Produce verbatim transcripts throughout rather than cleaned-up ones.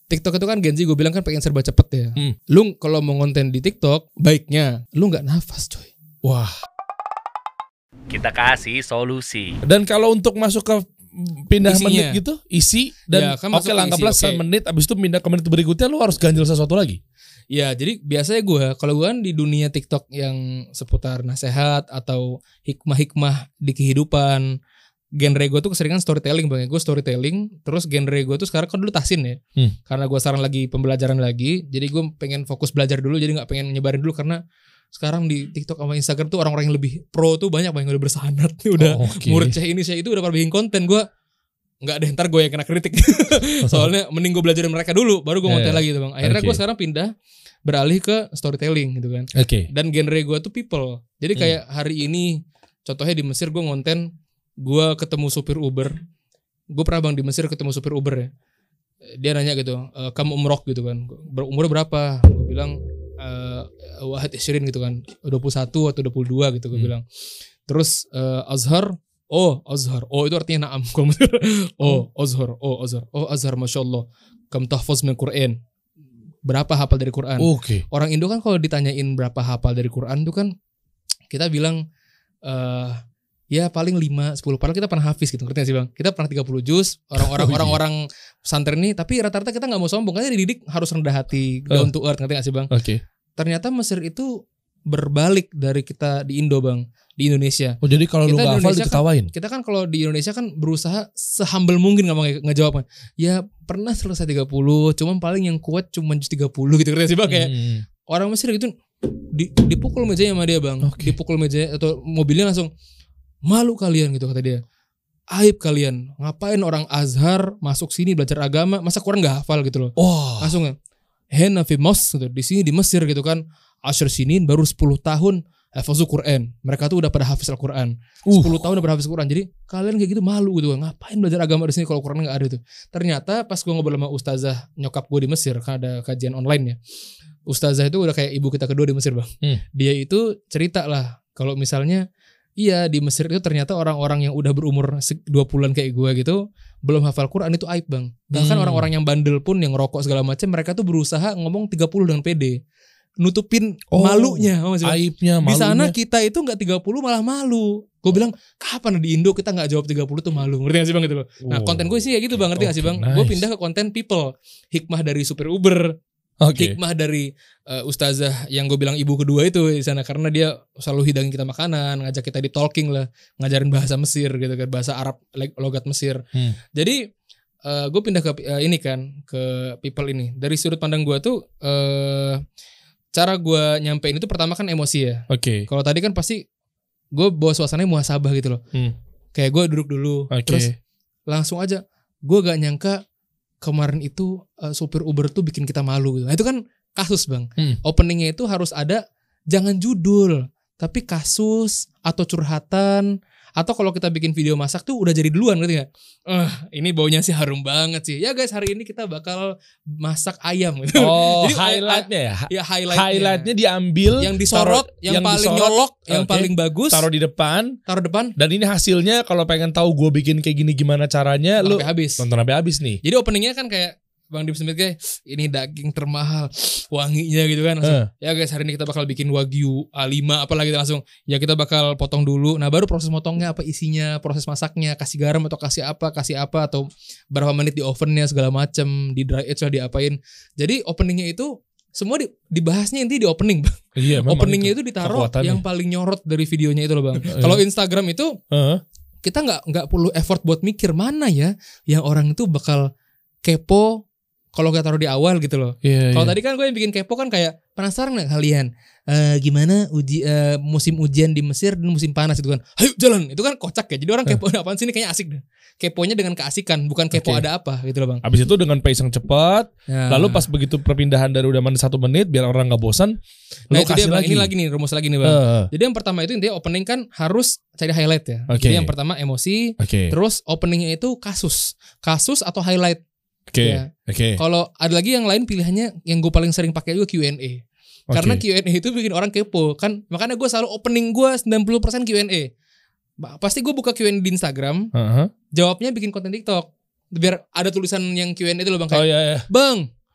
TikTok itu kan Gen Z gue bilang kan pengen serba cepet ya. Hmm. Lu kalau mau konten di TikTok, baiknya lu nggak nafas coy. Wah. Kita kasih solusi. Dan kalau untuk masuk ke pindah Isinya. menit gitu, isi dan Ya, kan oke lah anggaplah isi, okay. semenit, abis itu pindah ke menit berikutnya lu harus ganjil sesuatu lagi. Ya jadi biasanya gue kalau gue kan di dunia TikTok yang seputar nasihat atau hikmah-hikmah di kehidupan, genre gue tuh keseringan storytelling bang. Gue storytelling, terus genre gue tuh sekarang kan dulu tahsin ya, hmm. karena gue sekarang lagi pembelajaran lagi, jadi gue pengen fokus belajar dulu, jadi nggak pengen nyebarin dulu karena sekarang di TikTok sama Instagram tuh orang-orang yang lebih pro tuh banyak banget yang udah bersanad nih, udah oh, okay. murid saya ini saya itu udah pada bikin konten. Gue nggak deh, ntar gue yang kena kritik. Soalnya mending gue belajar dari mereka dulu baru gue konten yeah. lagi tuh bang. Akhirnya okay. gue sekarang pindah beralih ke storytelling gitu kan. Okay. Dan genre gue tuh people. Jadi kayak hmm. hari ini contohnya di Mesir gue ngonten gue ketemu supir Uber. Gue pernah bang di Mesir ketemu supir Uber ya. Dia nanya gitu, e, kamu umroh gitu kan, umur berapa? Gue bilang Wahid Ishirin gitu kan, dua puluh satu atau dua puluh dua gitu gue hmm. bilang. Terus uh, Azhar, oh Azhar, oh itu artinya naam. Oh Azhar, oh Azhar, oh Azhar, masya Allah. Kam tahfaz min Quran. Berapa hafal dari Quran? Okay. Orang Indo kan kalau ditanyain berapa hafal dari Quran itu kan kita bilang uh, ya paling lima, sepuluh. Padahal kita pernah hafiz gitu, ngerti gak sih bang? Kita pernah tiga puluh juz, orang-orang oh, iya. orang-orang pesantren ini, tapi rata-rata kita gak mau sombong, karena dididik harus rendah hati, down to earth, ngerti gak sih bang? Oke. Okay. Ternyata Mesir itu berbalik dari kita di Indo bang, di Indonesia. Oh jadi kalau lu gak hafal diketawain? Kan, kita kan kalau di Indonesia kan berusaha sehumble mungkin gak ngejawab. Ya pernah selesai tiga puluh, cuman paling yang kuat cuma juz tiga puluh gitu, ngerti gak sih bang? Kayak hmm. orang Mesir gitu di, dipukul mejanya sama dia bang, okay. dipukul mejanya atau mobilnya langsung, malu kalian gitu kata dia, aib kalian, ngapain orang Azhar masuk sini belajar agama, masa Quran nggak hafal gitu loh. Oh. Langsung hena fi mos gitu, di sini di Mesir gitu kan, asyir sinin baru sepuluh tahun hafal Quran, mereka tuh udah pada hafiz Al-Quran, uh. sepuluh tahun udah pada hafiz Quran, jadi kalian kayak gitu malu gitu, ngapain belajar agama di sini kalau Quran nggak ada tuh. Ternyata pas gue ngobrol sama ustazah nyokap gue di Mesir, kan ada kajian online ya, ustazah itu udah kayak ibu kita kedua di Mesir bang. Hmm. Dia itu cerita lah kalau misalnya iya di Mesir itu ternyata orang-orang yang udah berumur dua puluhan kayak gue gitu belum hafal Quran itu aib bang. Bahkan hmm. orang-orang yang bandel pun yang rokok segala macam, mereka tuh berusaha ngomong tiga puluh dengan pede, nutupin oh, malunya, aibnya, malunya. Di sana kita itu nggak tiga puluh malah malu. Gue bilang kapan di Indo kita nggak jawab tiga puluh tuh malu, ngerti gak sih bang gitu. Nah konten gue sih kayak gitu bang, ngerti okay, gak sih bang? Nice. Gue pindah ke konten people, hikmah dari supir Uber. Okay. Hikmah dari uh, ustazah yang gue bilang ibu kedua itu di sana, karena dia selalu hidangin kita makanan, ngajak kita di talking lah, ngajarin bahasa Mesir gitu kan, bahasa Arab logat Mesir. Hmm. Jadi uh, gue pindah ke uh, ini kan, ke people ini. Dari sudut pandang gue tuh uh, cara gue nyampein itu pertama kan emosi ya. Oke. Okay. Kalau tadi kan pasti gue bawa suasananya muhasabah gitu loh. Hmm. Kayak gue duduk dulu, okay. terus langsung aja gue gak nyangka kemarin itu uh, supir Uber tuh bikin kita malu gitu. Nah itu kan kasus bang. Hmm. Openingnya itu harus ada jangan judul, tapi kasus atau curhatan. Atau kalau kita bikin video masak tuh udah jadi duluan gitu ya. Uh, ini baunya sih harum banget sih. Ya guys, hari ini kita bakal masak ayam gitu. Oh, jadi highlightnya ya? Ya highlightnya. Highlightnya diambil, yang disorot, taruh, yang, yang paling disorot, nyolok, okay. yang paling bagus. Taruh di depan. Taruh depan. Dan ini hasilnya kalau pengen tahu gue bikin kayak gini gimana caranya, lu habis. Nonton sampai habis nih. Jadi openingnya kan kayak Bang Dim Smith kayak ini daging termahal, wanginya gitu kan. Langsung, uh. ya guys hari ini kita bakal bikin wagyu A lima apalagi langsung. Ya kita bakal potong dulu. Nah baru proses motongnya apa isinya, proses masaknya, kasih garam atau kasih apa, kasih apa atau berapa menit di ovennya segala macem, di dry age lah diapain. Jadi openingnya itu semua di, dibahasnya inti di opening bang. Iya, openingnya itu, itu ditaruh yang paling nyorot dari videonya itu loh bang. Kalau Instagram itu uh. kita nggak nggak perlu effort buat mikir mana ya yang orang itu bakal kepo. Kalau kita taruh di awal gitu loh. Yeah, kalau yeah. tadi kan gue yang bikin kepo kan kayak penasaran nggak kalian uh, gimana uji uh, musim ujian di Mesir dan musim panas itu kan. Ayo jalan. Itu kan kocak ya. Jadi orang kepo uh. apaan sih ini kayaknya asik deh. Keponya dengan keasikan, bukan kepo okay. ada apa gitu loh bang. Abis itu dengan pace yang cepat. Ya. Lalu pas begitu perpindahan dari udah mana satu menit biar orang nggak bosan. Nah itu dia bang. Lagi. Ini lagi nih rumus lagi nih bang. Uh. Jadi yang pertama itu intinya opening kan harus cari highlight ya. Okay. Jadi yang pertama emosi. Okay. Terus openingnya itu kasus, kasus atau highlight. Oke. Okay. Ya. Oke. Okay. Kalau ada lagi yang lain pilihannya yang gue paling sering pakai juga Q and A. Okay. Karena Q and A itu bikin orang kepo kan. Makanya gue selalu opening gue sembilan puluh persen Q and A. Pasti gue buka Q and A di Instagram. Uh-huh. Jawabnya bikin konten TikTok. Biar ada tulisan yang Q and A itu loh bang kayak, oh, iya, iya. Bang,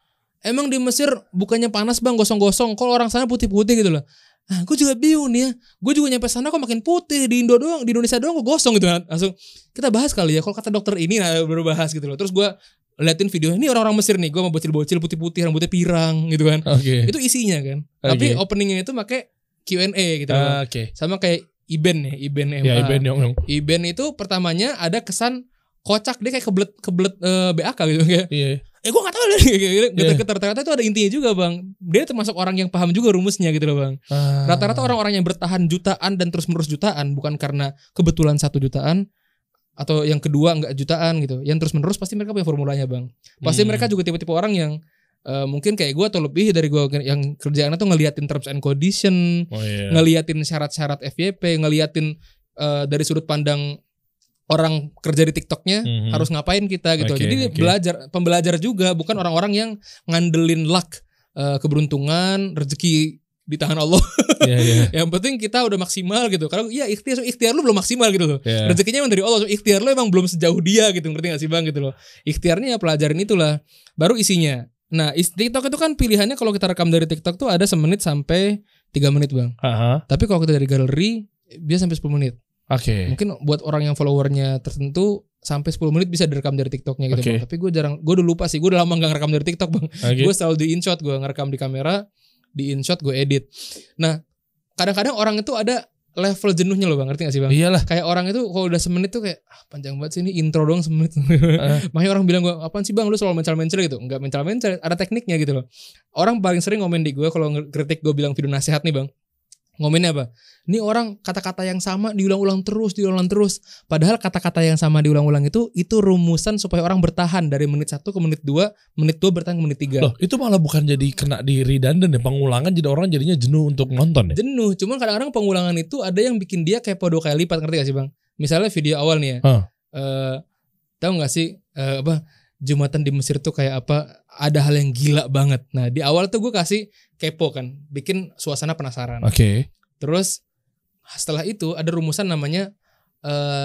emang di Mesir bukannya panas bang, gosong-gosong. Kalau orang sana putih-putih gitu loh. Nah, gue juga bingung nih ya. Gue juga nyampe sana kok makin putih. Di Indo doang, di Indonesia doang kok gosong gitu kan. Langsung kita bahas kali ya. Kalau kata dokter ini, nah baru bahas gitu loh. Terus gue liatin video ini orang-orang Mesir nih. Gue sama bocil-bocil putih-putih, rambutnya pirang gitu kan. Oke. Itu isinya kan. Okay. Tapi openingnya itu pakai Q and A gitu loh. Uh, Oke. Okay. Sama kayak Iben ya, Iben M A. Ya Iben yang yang. Iben itu pertamanya ada kesan kocak, dia kayak kebelet kebelet uh, B A K gitu kayak. Iya. Eh gue gak tau deh gitu, getar-getar. Ternyata itu ada intinya juga bang. Dia termasuk orang yang paham juga rumusnya gitu loh bang. Ah. Rata-rata orang-orang yang bertahan jutaan dan terus menerus jutaan, bukan karena kebetulan satu jutaan atau yang kedua enggak jutaan gitu. Yang terus menerus pasti mereka punya formulanya bang. Pasti hmm. mereka juga tipe-tipe orang yang uh, mungkin kayak gue atau lebih dari gue, yang kerjaannya tuh ngeliatin terms and condition, oh, iya. ngeliatin syarat-syarat F Y P, ngeliatin uh, dari sudut pandang orang kerja di TikToknya mm-hmm. harus ngapain kita gitu. Okay, Jadi okay. belajar, pembelajar juga, bukan orang-orang yang ngandelin luck, uh, keberuntungan, rezeki di tangan Allah. Yeah, yeah. Yang penting kita udah maksimal gitu. Kalau iya ikhtiar, ikhtiar lu belum maksimal gitu loh. Yeah. Rezekinya emang dari Allah. So, ikhtiar lu emang belum sejauh dia gitu. Ngerti gak sih bang gitu loh. Ikhtiarnya ya pelajarin itulah. Baru isinya. Nah TikTok itu kan pilihannya kalau kita rekam dari TikTok tuh ada semenit sampai tiga menit bang. Uh-huh. Tapi kalau kita dari galeri biasa sampai sepuluh menit. Oke. Okay. Mungkin buat orang yang followernya tertentu sampai sepuluh menit bisa direkam dari TikToknya gitu okay. bang. Tapi gue jarang, gue udah lupa sih. Gue udah lama gak ngerekam dari TikTok bang. Okay. Gue selalu di InShot, gue ngerekam di kamera, di InShot gue edit. Nah kadang-kadang orang itu ada level jenuhnya loh bang, ngerti gak sih bang? Iyalah. Kayak orang itu kalau udah semenit tuh kayak ah, panjang banget sih ini intro doang semenit. Uh. Makanya orang bilang gue apaan sih bang lu selalu mencel-mencel gitu. Enggak mencel-mencel, ada tekniknya gitu loh. Orang paling sering ngomen di gue kalau kritik gue bilang video nasihat nih bang. Ngomennya apa? Ini orang kata-kata yang sama diulang-ulang terus, diulang terus. Padahal kata-kata yang sama diulang-ulang itu itu rumusan supaya orang bertahan dari menit satu ke menit dua, menit dua bertahan ke menit tiga. Loh, itu malah bukan jadi kena di redundant ya, pengulangan jadi orang jadinya jenuh untuk nonton ya. Jenuh, cuman kadang-kadang pengulangan itu ada yang bikin dia kayak dua kali lipat, ngerti gak sih bang? Misalnya video awal nih ya. Huh. Uh, tahu gak sih uh, apa Jumatan di Mesir tuh kayak apa? Ada hal yang gila banget. Nah di awal tuh gue kasih kepo kan, bikin suasana penasaran. Oke. Okay. Terus setelah itu ada rumusan namanya uh,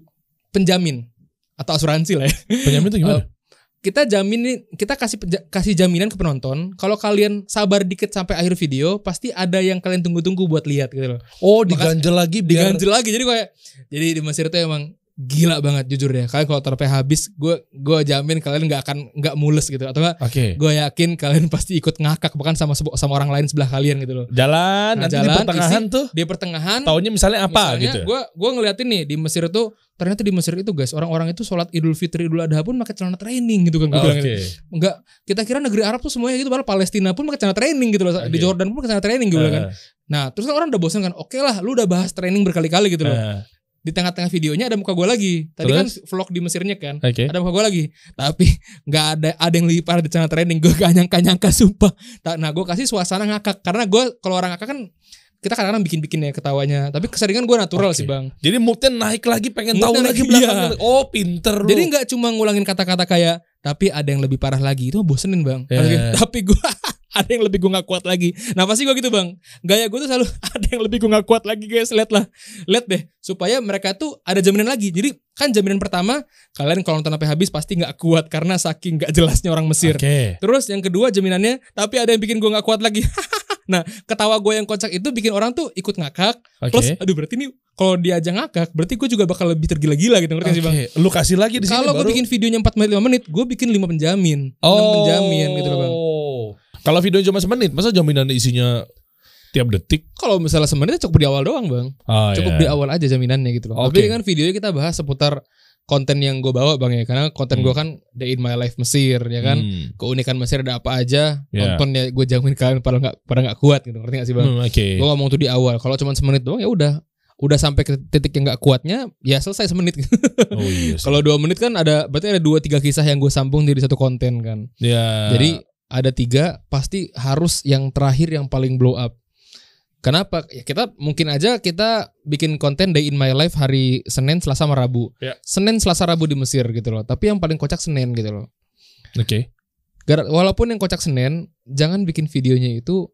penjamin atau asuransi lah ya. Penjamin itu gimana? Uh, kita jamin, kita kasih kasih jaminan ke penonton. Kalau kalian sabar dikit sampai akhir video, pasti ada yang kalian tunggu-tunggu buat lihat gitu loh. Oh, diganjel lagi, biar... diganjel lagi. Jadi kayak, jadi di Mesir itu emang gila banget jujur ya. Kalian kalau sampai habis, gue gue jamin kalian nggak akan nggak mules gitu. Atau nggak? Okay. Gue yakin kalian pasti ikut ngakak bahkan sama sama orang lain sebelah kalian gitu loh. Jalan, nah, nanti jalan, di pertengahan isi, tuh. Di pertengahan. Taunya misalnya apa misalnya, gitu. Gue gue ngeliatin nih di Mesir itu ternyata di Mesir itu guys orang-orang itu sholat Idul Fitri, Idul Adha pun pakai celana training gitu kan. Gue oh, bilang okay. gitu. Enggak, kita kira negeri Arab tuh semuanya gitu, malah Palestina pun pakai celana training gitu loh. Okay. Di Jordan pun pakai celana training gitu uh. kan. Nah terus kan orang udah bosan kan. Oke lah, lu udah bahas training berkali-kali gitu loh. Uh. Di tengah-tengah videonya ada muka gue lagi. Tadi terus? Kan vlog di Mesirnya kan, okay. Ada muka gue lagi. Tapi nggak ada ada yang lebih parah di channel training. Gue gak nyangka-nyangka sumpah. Nah gue kasih suasana ngakak. Karena gue kalau orang ngakak kan kita kadang-kadang bikin-bikin ya ketawanya. Tapi keseringan gue natural okay. sih bang. Jadi moodnya naik lagi, pengen moodnya tahu lagi belakangnya. Iya. Oh pinter lu. Jadi gak cuma ngulangin kata-kata kayak tapi ada yang lebih parah lagi. Itu bosenin bang. Yeah. Tapi gue ada yang lebih gue gak kuat lagi. Nah pasti gue gitu bang. Gaya gue tuh selalu ada yang lebih gue gak kuat lagi guys. Lihat lah. Lihat deh. Supaya mereka tuh ada jaminan lagi. Jadi kan jaminan pertama, kalian kalau nonton sampai habis pasti gak kuat. Karena saking gak jelasnya orang Mesir. Okay. Terus yang kedua jaminannya, tapi ada yang bikin gue gak kuat lagi. Nah ketawa gue yang kocak itu bikin orang tuh ikut ngakak. Okay. Plus aduh berarti nih kalau dia aja ngakak, berarti gue juga bakal lebih tergila-gila gitu. Ngerti okay. sih bang? Lu kasih lagi di sini. Kalau gue bikin videonya empat menit lima menit, gue bikin lima penjamin. Oh. enam penjamin gitu loh bang. Kalau video cuma semenit, masa jaminan isinya tiap detik? Kalau misalnya semenit cukup di awal doang bang. Oh, cukup yeah. di awal aja jaminannya gitu loh. Okay. Tapi kan videonya kita bahas seputar konten yang gue bawa bang ya. Karena konten hmm. gue kan Day in My Life Mesir ya kan. Hmm. Keunikan Mesir ada apa aja. Yeah. Nontonnya gue jamin kalian pada gak, pada gak kuat gitu. Ngerti gak sih bang? Hmm, okay. Gue ngomong tuh di awal. Kalau cuma semenit doang ya udah. Udah sampai ke titik yang gak kuatnya, ya selesai semenit. Oh, iya kalau dua menit kan ada, berarti ada dua tiga kisah yang gue sambung jadi satu konten kan. Yeah. Jadi ada tiga, pasti harus yang terakhir yang paling blow up. Kenapa? Ya kita mungkin aja kita bikin konten Day in My Life hari Senin, Selasa, sama Rabu. Yeah. Senin, Selasa, Rabu di Mesir gitu loh. Tapi yang paling kocak Senin gitu loh. Oke. Okay. Walaupun yang kocak Senin, jangan bikin videonya itu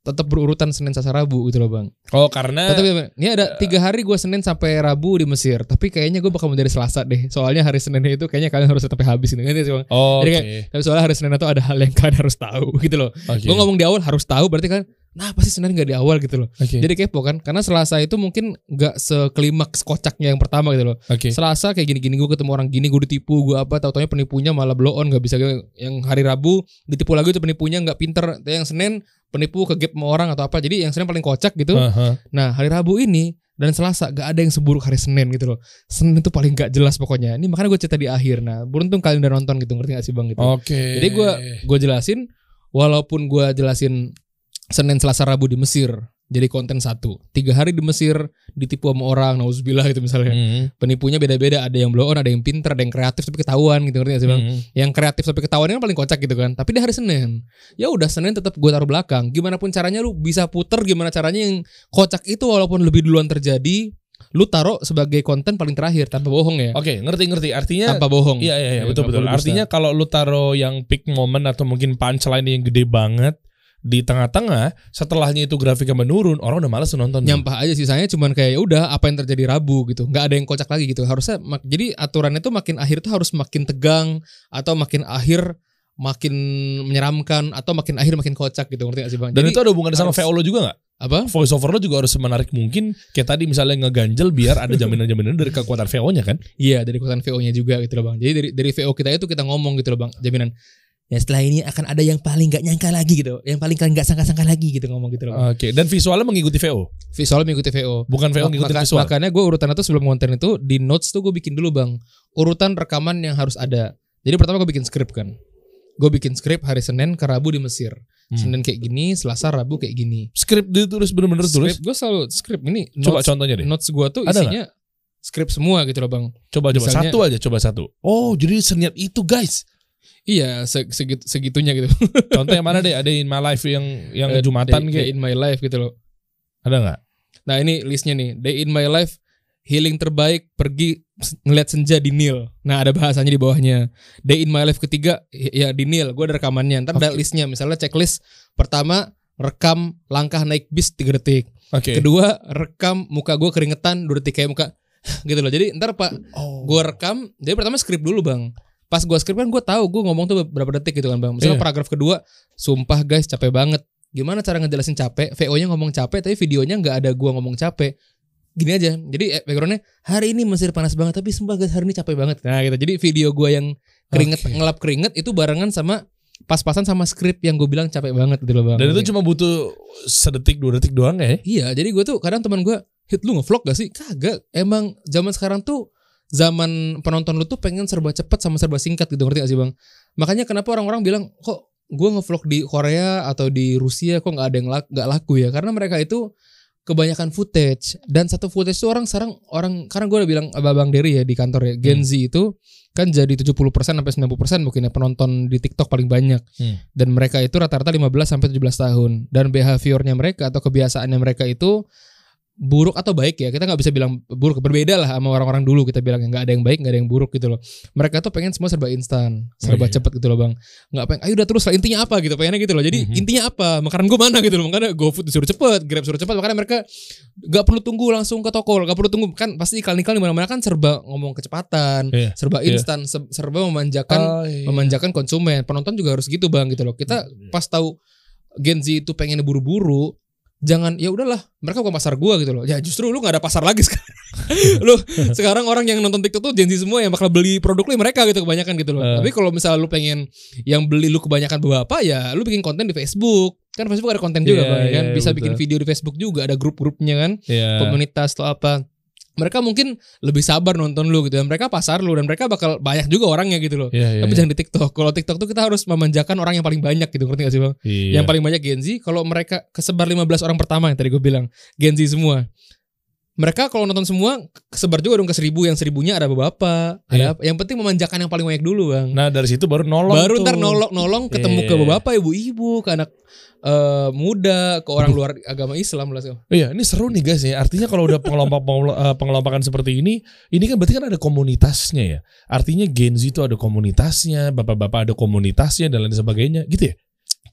tetap berurutan Senin Selasa Rabu gitu loh bang. Oh karena tetap, ini ada tiga hari gue Senin sampai Rabu di Mesir, tapi kayaknya gue bakal menjadi Selasa deh. Soalnya hari Senin itu kayaknya kalian harus sampai habis ini. Ngerti sih bang? Oh, Jadi oke. kayak, tapi soalnya hari Senin itu ada hal yang kalian harus tahu gitu loh. Okay. Gue ngomong di awal harus tahu, berarti kan, nah pasti Senin gak di awal gitu loh. Okay. Jadi kepo kan, karena Selasa itu mungkin gak seklimaks kocaknya yang pertama gitu loh. Okay. Selasa kayak gini-gini gue ketemu orang gini, gue ditipu, gue apa, tau-taunya penipunya malah blow on, gak bisa. Yang hari Rabu ditipu lagi itu penipunya gak pinter. Yang Senin penipu ke gap sama orang atau apa. Jadi yang Senin paling kocak gitu. Uh-huh. Nah hari Rabu ini dan Selasa gak ada yang seburuk hari Senin gitu loh. Senin itu paling gak jelas pokoknya. Ini makanya gue cerita di akhir. Nah beruntung kalian udah nonton gitu, ngerti gak sih bang gitu. Oke. Okay. Jadi gue gue jelasin, walaupun gue jelasin Senin Selasa Rabu di Mesir, jadi konten satu. Tiga hari di Mesir ditipu sama orang, nauzubillah gitu misalnya. Mm-hmm. Penipunya beda-beda, ada yang blow on, ada yang pinter, ada yang kreatif tapi ketahuan gitu, ngerti gak sih bang? Mm-hmm. Yang kreatif tapi ketahuan ini paling kocak gitu kan. Tapi di hari Senin, ya udah Senin tetap gue taruh belakang. Gimana pun caranya lu bisa puter, gimana caranya yang kocak itu walaupun lebih duluan terjadi, lu taruh sebagai konten paling terakhir tanpa bohong ya. Oke, okay, ngerti-ngerti. Artinya tanpa bohong. Iya iya, iya betul betul. Artinya kalau lu taruh yang peak moment atau mungkin punchline yang gede banget di tengah-tengah, setelahnya itu grafiknya menurun, orang udah malas nonton. Nyampah aja sisanya cuman kayak ya udah apa yang terjadi Rabu gitu. Nggak ada yang kocak lagi gitu. Harusnya jadi aturannya tuh makin akhir tuh harus makin tegang atau makin akhir makin menyeramkan atau makin akhir makin kocak gitu, ngerti gak sih bang? Dan jadi, itu ada hubungannya sama V O lo juga gak? Apa? Voice over lo juga harus semenarik mungkin. Kayak tadi misalnya ngeganjel biar ada jaminan-jaminan dari kekuatan V O-nya kan? Iya dari kekuatan V O-nya juga gitu loh bang. Jadi dari dari V O kita itu kita ngomong gitu loh bang, jaminan. Ya setelah ini akan ada yang paling gak nyangka lagi gitu, yang paling kalian gak sangka-sangka lagi gitu ngomong gitu loh. Oke, okay. Dan visualnya mengikuti V O? Visualnya mengikuti V O. Bukan V O ngikutin Maka, visual? Makanya gue urutan itu sebelum konten itu di notes tuh gue bikin dulu bang, urutan rekaman yang harus ada. Jadi pertama gue bikin skrip kan. Gue bikin skrip hari Senin ke Rabu di Mesir. Hmm. Senin kayak gini, Selasa, Rabu kayak gini. Skrip ditulis bener-bener tulis? Gue selalu skrip ini. Coba notes, contohnya deh. Notes gue tuh ada isinya gak? Skrip semua gitu loh bang. Coba coba Misalnya, satu aja, coba satu. Oh jadi seniat itu guys. Iya segit, segitunya gitu. Contoh yang mana deh? Ada in my life yang yang uh, Jumatan kayak in my life gitu loh. Ada nggak? Nah ini listnya nih. Day in my life, healing terbaik, pergi ngeliat senja di Nil. Nah ada bahasanya di bawahnya. Day in my life ketiga ya di Nil. Gue ada rekamannya. Ntar okay. ada listnya. Misalnya checklist pertama rekam langkah naik bis tiga detik. Okay. Kedua rekam muka gue keringetan dua detik kayak muka gitu loh. Jadi ntar pak oh. gue rekam. Jadi pertama skrip dulu bang. Pas gue skrip kan gue tahu gue ngomong tuh berapa detik gitu kan bang. Misalnya yeah. paragraf kedua, sumpah guys capek banget. Gimana cara ngejelasin capek? V O-nya ngomong capek tapi videonya nggak ada gue ngomong capek. Gini aja. Jadi backgroundnya hari ini Mesir panas banget tapi sumpah guys hari ini capek banget. Nah gitu. Jadi video gue yang keringet okay. ngelap keringet itu barengan sama pas-pasan sama skrip yang gue bilang capek banget gitu loh bang. Dan itu cuma butuh sedetik dua detik doang ya? Iya. Jadi gue tuh kadang teman gue, hit lu ngevlog gak sih? Kagak. Emang zaman sekarang tuh zaman penonton lu tuh pengen serba cepat sama serba singkat gitu, ngerti gak sih bang? Makanya kenapa orang-orang bilang kok gue ngevlog di Korea atau di Rusia kok nggak ada yang laku, gak laku ya? Karena mereka itu kebanyakan footage, dan satu footage itu orang sekarang orang karena gue udah bilang Abang Dery ya di kantor ya, Gen Z hmm. itu kan jadi tujuh puluh persen sampai sembilan puluh persen mungkin ya penonton di TikTok paling banyak. Hmm. Dan mereka itu rata-rata lima belas sampai tujuh belas tahun, dan behaviornya mereka atau kebiasaannya mereka itu buruk atau baik ya, kita nggak bisa bilang buruk, berbeda lah sama orang-orang dulu. Kita bilang nggak ada yang baik, nggak ada yang buruk gitu loh. Mereka tuh pengen semua serba instan, serba oh, iya. cepet gitu loh bang. Nggak pengen, ayo udah terus lah, intinya apa gitu, pengennya gitu loh. Jadi mm-hmm. intinya apa, makanan gue mana gitu loh. Makanya GoFood disuruh cepet, Grab suruh cepet. Makanya mereka nggak perlu tunggu langsung ke toko, nggak perlu tunggu kan, pasti iklan-iklan di mana-mana kan serba ngomong kecepatan, yeah. serba instan, yeah. serba memanjakan, oh, iya. memanjakan konsumen. Penonton juga harus gitu bang gitu loh. Kita mm-hmm. pas tahu Gen Z itu pengen buru-buru, jangan ya udahlah mereka bukan pasar gua gitu loh. Ya justru lu nggak ada pasar lagi sekarang. Lu sekarang orang yang nonton TikTok tuh Gen Z semua yang bakal beli produk lu mereka gitu kebanyakan gitu loh. Uh. Tapi kalau misalnya lu pengen yang beli lu kebanyakan beberapa ya lu bikin konten di Facebook. Kan Facebook ada konten juga yeah, bang kan. Yeah, bisa betul. Bikin video di Facebook juga, ada grup-grupnya kan. Yeah. Komunitas atau apa. Mereka mungkin lebih sabar nonton lu gitu, dan mereka pasar lu, dan mereka bakal banyak juga orangnya gitu loh. Yeah, yeah, Tapi yeah. jangan di TikTok. Kalau TikTok tuh kita harus memanjakan orang yang paling banyak gitu, ngerti gak sih bang? Yeah. Yang paling banyak Gen Z. Kalau mereka kesebar lima belas orang pertama yang tadi gue bilang Gen Z semua, mereka kalau nonton semua kesebar juga dong ke seribu, yang seribunya ada bapak. Yeah. Ada, yang penting memanjakan yang paling banyak dulu bang. Nah dari situ baru nolong. Baru tuh. ntar nolong nolong ketemu yeah. ke bapak, ibu-ibu, ke anak Uh, muda, ke orang luar agama Islam lah. Iya, ini seru nih guys ya. Artinya kalau udah pengelompok pengelompokan seperti ini, ini kan berarti kan ada komunitasnya ya. Artinya Gen Z itu ada komunitasnya, bapak-bapak ada komunitasnya dan lain sebagainya, gitu ya.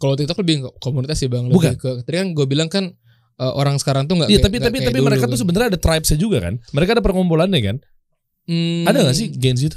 Kalau TikTok lebih komunitas sih bang. Lebih Bukan. ke, tadi kan gue bilang kan uh, orang sekarang tuh nggak. Iya kayak- tapi nggak tapi kayak tapi dulu, mereka kan. tuh sebenarnya ada tribes-nya juga kan. Mereka ada perkumpulannya kan. Hmm, Ada nggak sih Gen Z itu?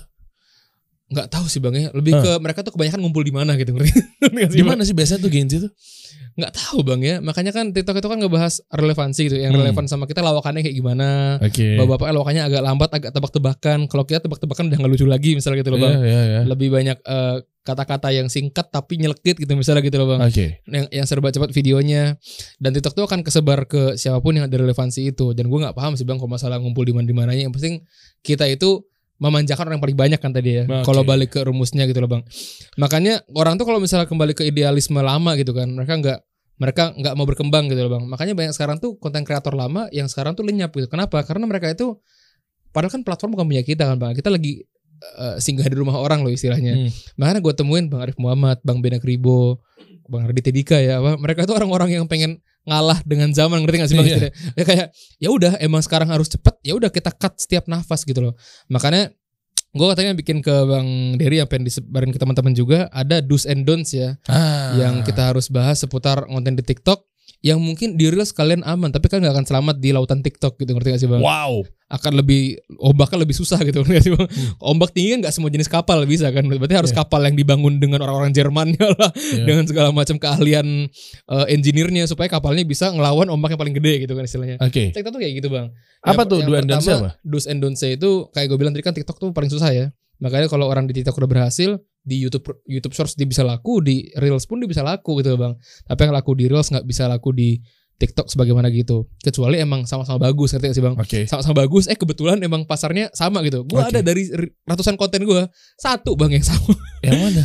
Nggak tahu sih bang ya. Lebih Huh. ke mereka tuh kebanyakan ngumpul di mana gitu. Ngerti nggak sih, Di Bang? mana sih biasanya tuh Gen Z itu? Nggak tahu bang ya. Makanya kan TikTok itu kan ngebahas relevansi gitu. Yang Hmm. relevan sama kita lawakannya kayak gimana. Oke. Bapak-bapak lawakannya agak lambat, agak tebak-tebakan. Kalau kita tebak-tebakan udah nggak lucu lagi misalnya gitu loh bang. Iya iya iya. Lebih banyak eh, kata-kata yang singkat tapi nyelekit gitu misalnya gitu loh bang. Oke. yang yang serba cepat videonya, dan TikTok tuh akan kesebar ke siapapun yang ada relevansi itu. Dan gue nggak paham sih bang kalau masalah ngumpul di mana di mananya. Yang penting kita itu memanjakan orang yang paling banyak kan tadi ya. Oke. Kalau balik ke rumusnya gitu loh bang. Makanya orang tuh kalau misalnya kembali ke idealisme lama gitu kan, mereka nggak mereka nggak mau berkembang gitu loh bang. Makanya banyak sekarang tuh konten kreator lama yang sekarang tuh lenyap gitu. Kenapa? Karena mereka itu padahal kan platform bukan punya kita kan bang. Kita lagi uh, singgah di rumah orang loh istilahnya. Hmm. Makanya gue temuin Bang Arif Muhammad, Bang Bena Kribo, Bang Raditya Dika ya. Apa, mereka tuh orang-orang yang pengen ngalah dengan zaman, ngerti gak sih bang? Iya. Istilahnya? Ya kayak ya udah emang sekarang harus cepet, ya udah kita cut setiap nafas gitu loh. Makanya gue katanya bikin ke Bang Dery yang pengen disebarin ke teman-teman juga, ada do's and don'ts ya, Ah. yang kita harus bahas seputar konten di TikTok yang mungkin di reels kalian aman, tapi kan gak akan selamat di lautan TikTok gitu, ngerti gak sih bang? Wow. Akan lebih ombaknya lebih susah gitu, ngerti gak sih bang? Hmm. Ombak tinggi kan nggak semua jenis kapal bisa kan, berarti harus Yeah. kapal yang dibangun dengan orang-orang Jermannya lah, Yeah. dengan segala macam keahlian uh, engineer-nya supaya kapalnya bisa ngelawan ombak yang paling gede gitu kan istilahnya. Oke. TikTok tuh kayak gitu bang. Apa Yang- tuh yang do and don'ts-nya pertama, apa? Do's and don'ts itu kayak gue bilang tadi kan TikTok tuh paling susah ya. Makanya kalau orang di TikTok udah berhasil, di YouTube YouTube Shorts dia bisa laku, di Reels pun dia bisa laku gitu bang. Tapi yang laku di Reels nggak bisa laku di TikTok sebagaimana gitu. Kecuali emang sama-sama bagus, ngerti gak sih bang? Oke. Sama-sama bagus, eh kebetulan emang pasarnya sama gitu. Gue Oke. ada dari r- ratusan konten gue, satu bang yang sama. Yang mana?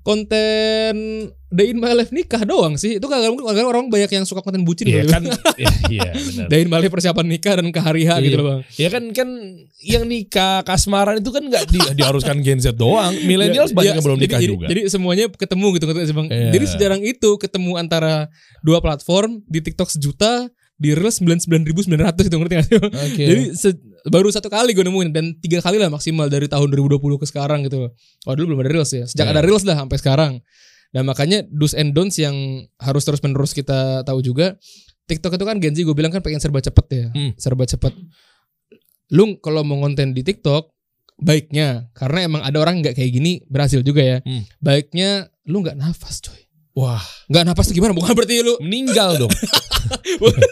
Konten Day in My Life nikah doang sih. Itu kadang kadang orang banyak yang suka konten bucin Iya gitu. kan. Iya iya benar. Day in My Life persiapan nikah dan ke hari H Iya. gitu loh bang. Ya kan kan yang nikah kasmaran itu kan nggak di, diharuskan Gen Z doang. Millennials Ya, banyak ya, yang belum jadi- nikah jadi, juga. Jadi semuanya ketemu gitu ngerti gak sih bang. Iya. Jadi sejarang itu ketemu antara dua platform, di TikTok sejuta, di Reels sembilan puluh sembilan ribu sembilan ratus itu ngerti gak sih bang? Oke. Jadi se- baru satu kali gue nemuin dan tiga kali lah maksimal dari tahun dua ribu dua puluh ke sekarang gitu loh. Oh dulu belum ada Reels ya. Sejak Iya. ada Reels dah sampai sekarang. Dan makanya do's and don'ts yang harus terus menerus kita tahu juga. TikTok itu kan Gen Z gue bilang kan pengen serba cepet ya. Hmm. Serba cepet. Lu kalau mau konten di TikTok baiknya karena emang ada orang nggak kayak gini berhasil juga ya. Hmm. Baiknya lu nggak nafas coy. Wah, Nggak nafas tuh gimana? Bukan berarti lu meninggal dong. bukan,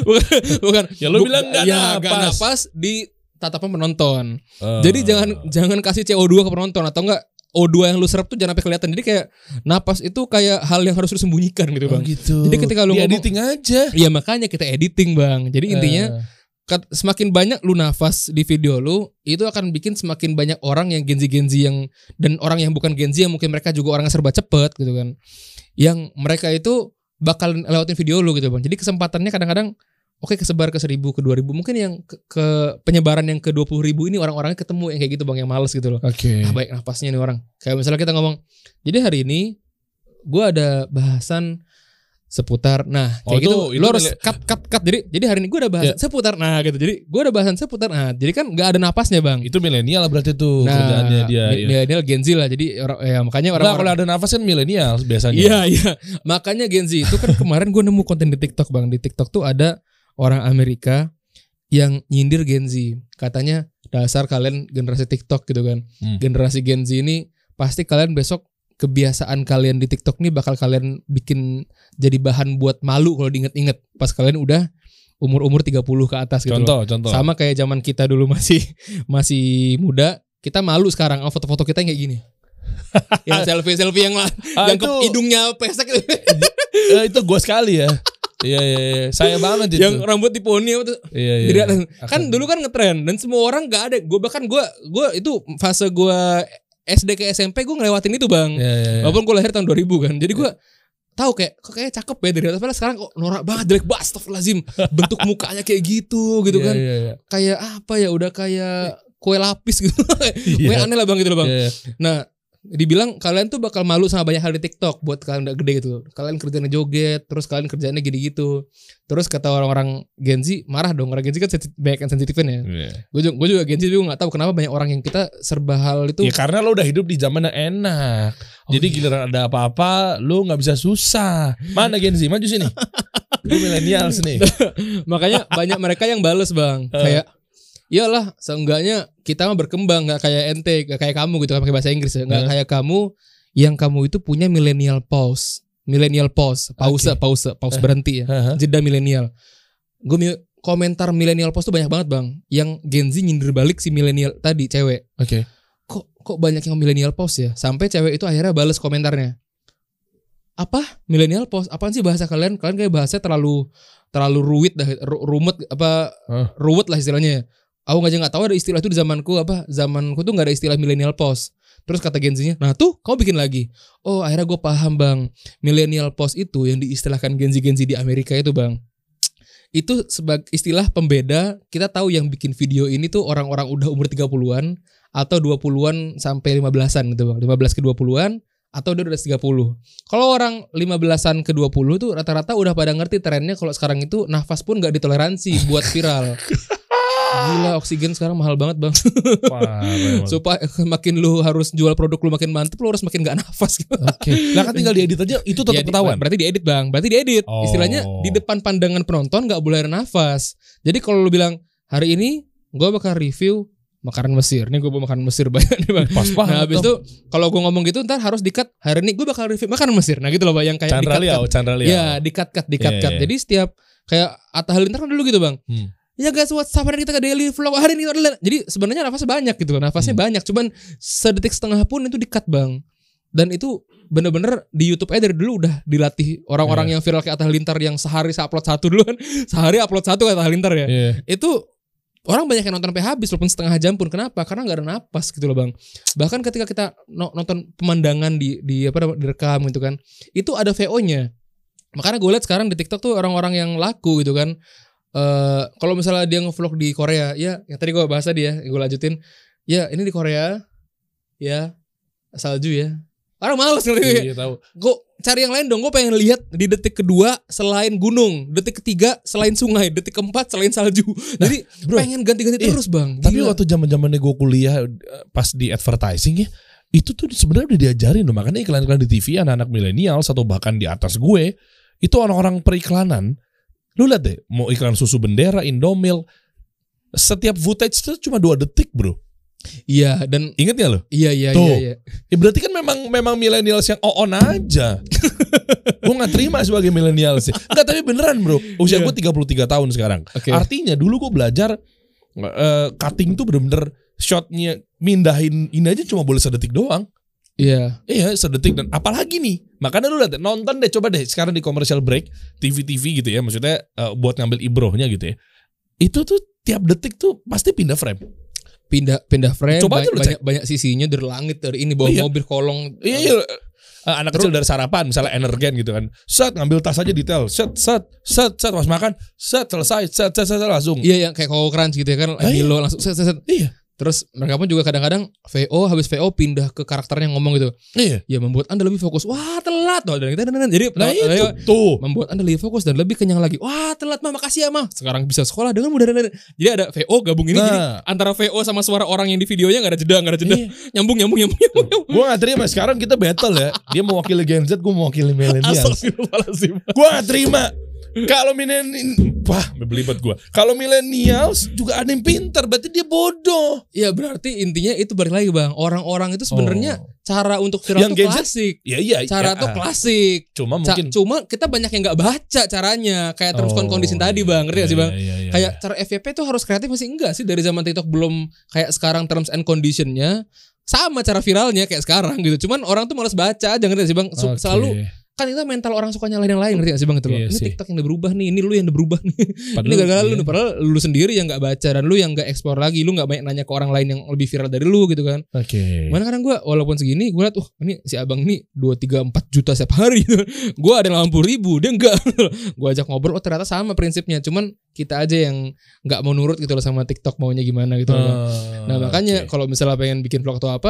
bukan Ya lu Buk- bilang nggak ya, nggak napas. napas di tatapan penonton. Eh, Jadi jangan jangan kasih C O dua ke penonton atau enggak O dua yang lu serap tuh jangan sampai kelihatan. Jadi kayak napas itu kayak hal yang harus lu sembunyikan gitu Oh bang. gitu. Jadi ketika lu di ngomong- editing aja. Iya makanya kita editing bang. Jadi intinya Eh, kat- semakin banyak lu nafas di video lu, itu akan bikin semakin banyak orang yang Gen Z-Gen Z yang dan orang yang bukan Gen Z yang mungkin mereka juga orang yang serba cepet gitu kan. Yang mereka itu bakal lewatin video lu gitu bang. Jadi kesempatannya kadang-kadang oke kesebar ke seribu, ke dua ribu. Mungkin yang ke, ke penyebaran yang ke dua puluh ribu ini orang-orangnya ketemu yang kayak gitu bang, yang males gitu loh. Oke. Ah, baik nafasnya nih orang. Kayak misalnya kita ngomong, jadi hari ini gue ada bahasan seputar, nah Oh, kayak gitu, itu- itu lo harus milih- cut cut cut. Jadi jadi hari ini gue ada bahasan seputar, nah gitu. Jadi gue ada bahasan seputar, nah jadi kan nggak ada napasnya bang. Itu milenial berarti tuh Nah, kerjaannya dia. mi- ya. milenial Gen Z lah. Jadi orang, ya makanya Enggak, kalau orang-orang. ada nafas kan milenial biasanya. Iya iya. Makanya Gen Z itu kan kemarin gue nemu konten di TikTok bang. Di TikTok tuh ada orang Amerika yang nyindir Gen Z. Katanya dasar kalian generasi TikTok gitu kan. Hmm. Generasi Gen Z ini pasti kalian besok kebiasaan kalian di TikTok nih bakal kalian bikin jadi bahan buat malu kalau diinget-inget pas kalian udah umur-umur tiga puluh ke atas gitu loh. Contoh, contoh. Sama kayak zaman kita dulu masih masih muda, kita malu sekarang oh, foto-foto kita yang kayak gini. Yang selfie-selfie yang lah, Ah, yang ke itu- hidungnya pesek gitu. Eh, itu gua sekali ya. Iya iya iya. Saya banget itu. Yang rambut di poni apa tuh. Iya iya. Jadi ada- kan Akan- dulu kan ngetren dan semua orang nggak ada. Gue bahkan gue gue itu fase gue S D ke S M P gue ngelewatin itu bang. Iya iya. iya. Walaupun gue lahir tahun dua ribu kan. Jadi gue tahu kayak kok kayak cakep ya dari atas. Padahal sekarang kok norak banget, jelek banget, astagfirullahaladzim. Bentuk mukanya kayak gitu gitu Iya, kan. Iya iya. Kayak apa ya, udah kayak kue lapis gitu. Kue Iya. aneh lah bang gitu loh bang. Iya, iya. Nah dibilang kalian tuh bakal malu sama banyak hal di TikTok buat kalian udah gede gitu. Kalian kerjanya joget, terus kalian kerjanya gini gitu. Terus kata orang-orang Gen Z marah dong. Orang Gen Z kan sensitif, banyak yang sensitifnya ya. Yeah. Gue juga, gue juga Gen Z juga nggak tahu kenapa banyak orang yang kita serba hal itu. Ya karena lo udah hidup di zaman yang enak. Oh, jadi iya. Giliran ada apa-apa, lo nggak bisa susah. Mana Gen Z? Maju sini. Gue millennials nih. Makanya banyak mereka yang bales bang, uh. kayak iyalah, seenggaknya kita mah berkembang, nggak kayak ente, nggak kayak kamu gitu kan pakai bahasa Inggris ya, nggak uh. kayak kamu yang kamu itu punya millennial pause, millennial pause, pause, okay. pause, pause uh. berhenti ya, uh-huh. jeda millennial. Gue komentar millennial pause tuh banyak banget bang, yang Gen Z nyindir balik si millennial tadi cewek. Oke. Okay. Kok kok banyak yang millennial pause ya, sampai cewek itu akhirnya bales komentarnya. Apa millennial pause? Apaan sih bahasa kalian? Kalian kayak bahasa terlalu terlalu ruwet dah, rumit apa huh? ruwet lah istilahnya. Aku aja nggak tahu ada istilah itu di zamanku apa? Zamanku tuh nggak ada istilah millennial pause. Terus kata Gen Z-nya, nah tuh kamu bikin lagi. Oh akhirnya gue paham bang, millennial pause itu yang diistilahkan Gen Z Gen Z di Amerika itu bang. Itu sebagai istilah pembeda. Kita tahu yang bikin video ini tuh orang-orang udah umur tiga puluhan atau dua puluhan sampai lima belasan gitu bang. lima belas ke dua puluhan. Atau udah udah tiga puluh. Kalau orang lima belasan ke dua puluh tuh rata-rata udah pada ngerti trennya kalau sekarang itu nafas pun gak ditoleransi buat viral. Gila, oksigen sekarang mahal banget bang. Wah, supaya makin lu harus jual produk lu makin mantep, lu harus makin gak nafas gitu. Oke. Okay. Lah kan tinggal diedit aja, itu tetap ya, ketahuan. Berarti diedit bang, berarti diedit. Oh. Istilahnya di depan pandangan penonton gak boleh ada nafas. Jadi kalau lu bilang hari ini gue bakal review makanan Mesir. Nih gue mau makan Mesir banyak nih bang. Pas banget. Nah habis itu kalau gue ngomong gitu ntar harus di-cut. Hari ini gue bakal review makanan Mesir. Nah gitu loh bang, yang kayak di-cut. Chandra Liao. Ya di-cut-cut, di-cut-cut. Yeah, yeah. Jadi setiap kayak Atta Halilintar kan dulu gitu bang. Hmm. Ya guys, what's up, hari kita ke daily vlog hari ini. Jadi sebenarnya nafasnya banyak gitu kan. Nafasnya hmm. banyak. Cuman sedetik setengah pun itu di-cut bang. Dan itu bener-bener di YouTube aja dari dulu udah dilatih orang-orang yeah. yang viral kayak Atta Halilintar yang sehari upload satu dulu kan. Sehari upload satu Atta Halilintar ya. Yeah. Itu orang banyak yang nonton sampai habis walaupun setengah jam pun. Kenapa? Karena nggak ada napas gitu loh bang. Bahkan ketika kita nonton pemandangan di di apa direkam gitu kan, itu ada V O-nya. Makanya gue lihat sekarang di TikTok tuh orang-orang yang laku gitu kan. Uh, kalau misalnya dia nge-vlog di Korea, ya yang tadi gue bahas tadi ya, gue lanjutin. Ya ini di Korea, ya salju ya. Orang males ngerti. Iya, tahu. Gue cari yang lain dong. Gue pengen lihat di detik kedua selain gunung, detik ketiga selain sungai, detik keempat selain salju. Nah, jadi bro, pengen ganti-ganti iya, terus bang. Gila. Tapi waktu zaman-zamannya gue kuliah pas di advertising ya, itu tuh sebenarnya udah diajarin loh. Makanya iklan-iklan di T V anak-anak milenial atau bahkan di atas gue itu orang-orang periklanan. Lu lihat deh, mau iklan susu bendera, Indomil, setiap footage itu cuma dua detik bro. Iya, dan inget gak lo? Iya iya Tuh. iya iya. Ya berarti kan memang memang millennials yang on aja. Gue gak terima sebagai millennials. Enggak, tapi beneran bro. Usia yeah. gue tiga puluh tiga tahun sekarang. Okay. Artinya dulu gue belajar uh, cutting tuh bener-bener shotnya mindahin ini aja cuma boleh sedetik doang. Iya. Yeah. Iya sedetik, dan apalagi nih. Makanya lu lihat nonton deh, coba deh sekarang di commercial break T V T V gitu ya. Maksudnya uh, buat ngambil ibrohnya gitu ya. Itu tuh tiap detik tuh pasti pindah frame. pindah pindah frame. Coba ba- banyak banyak sisinya dari langit, dari ini bawa iya. mobil kolong. Iya, iya. Uh, anak Terus, kecil dari sarapan misalnya Energen gitu kan. Set ngambil tas aja detail. Set set set set pas makan. Set selesai. Set set set, set langsung. Iya yang kayak Coco Crunch gitu ya kan. Ah, Milo iya. langsung set set set. Iya. Terus mereka pun juga kadang-kadang V O, habis V O pindah ke karakternya ngomong gitu. Iya. Ya membuat Anda lebih fokus. Wah telat loh. Dan kita dan jadi nah, itu tuh membuat Anda lebih fokus dan lebih kenyang lagi. Wah telat mah, makasih ya mah. Sekarang bisa sekolah dengan mudah. Jadi ada V O gabung ini. Nah. Jadi antara V O sama suara orang yang di videonya nggak ada jeda, nggak ada jeda. Iya. Nyambung nyambung nyambung. nyambung, nyambung. Gue nggak terima. Sekarang kita battle ya. Dia mewakili Gen Z, gue mewakili millennials. Gue nggak terima. Kalau milenial, wah belibet gue. Kalau millennials juga ada yang pintar, berarti dia bodoh. Iya berarti intinya itu balik lagi bang. Orang-orang itu sebenarnya oh. cara untuk viral itu klasik. Iya iya. Cara ya, tuh klasik. Cuma mungkin. Ca- cuma kita banyak yang nggak baca caranya. Kayak terms oh, and condition tadi bang, ngerti gak sih bang? Iya, iya, iya, kayak iya. cara F Y P tuh harus kreatif masih enggak sih dari zaman TikTok belum kayak sekarang terms and conditionnya sama cara viralnya kayak sekarang gitu. Cuman orang tuh malas baca aja, ngerti gak sih bang? Okay. Selalu kan itu mental orang suka nyalahin yang lain, ngerti gak sih bang itu loh. Iya ini sih. TikTok yang udah berubah nih, ini lu yang udah berubah nih. Padahal, ini gara-gara iya. lu, padahal lu sendiri yang nggak baca dan lu yang nggak explore lagi, lu nggak banyak nanya ke orang lain yang lebih viral dari lu gitu kan. Oke. Okay. Mana kadang gue walaupun segini gue liat, uh ini si abang ini dua tiga empat juta setiap hari. Gue ada delapan puluh ribu, dia enggak. Gue ajak ngobrol, oh ternyata sama prinsipnya. Cuman kita aja yang nggak mau nurut gitu loh sama TikTok maunya gimana gitu loh. Uh, nah makanya okay. kalau misalnya pengen bikin vlog atau apa,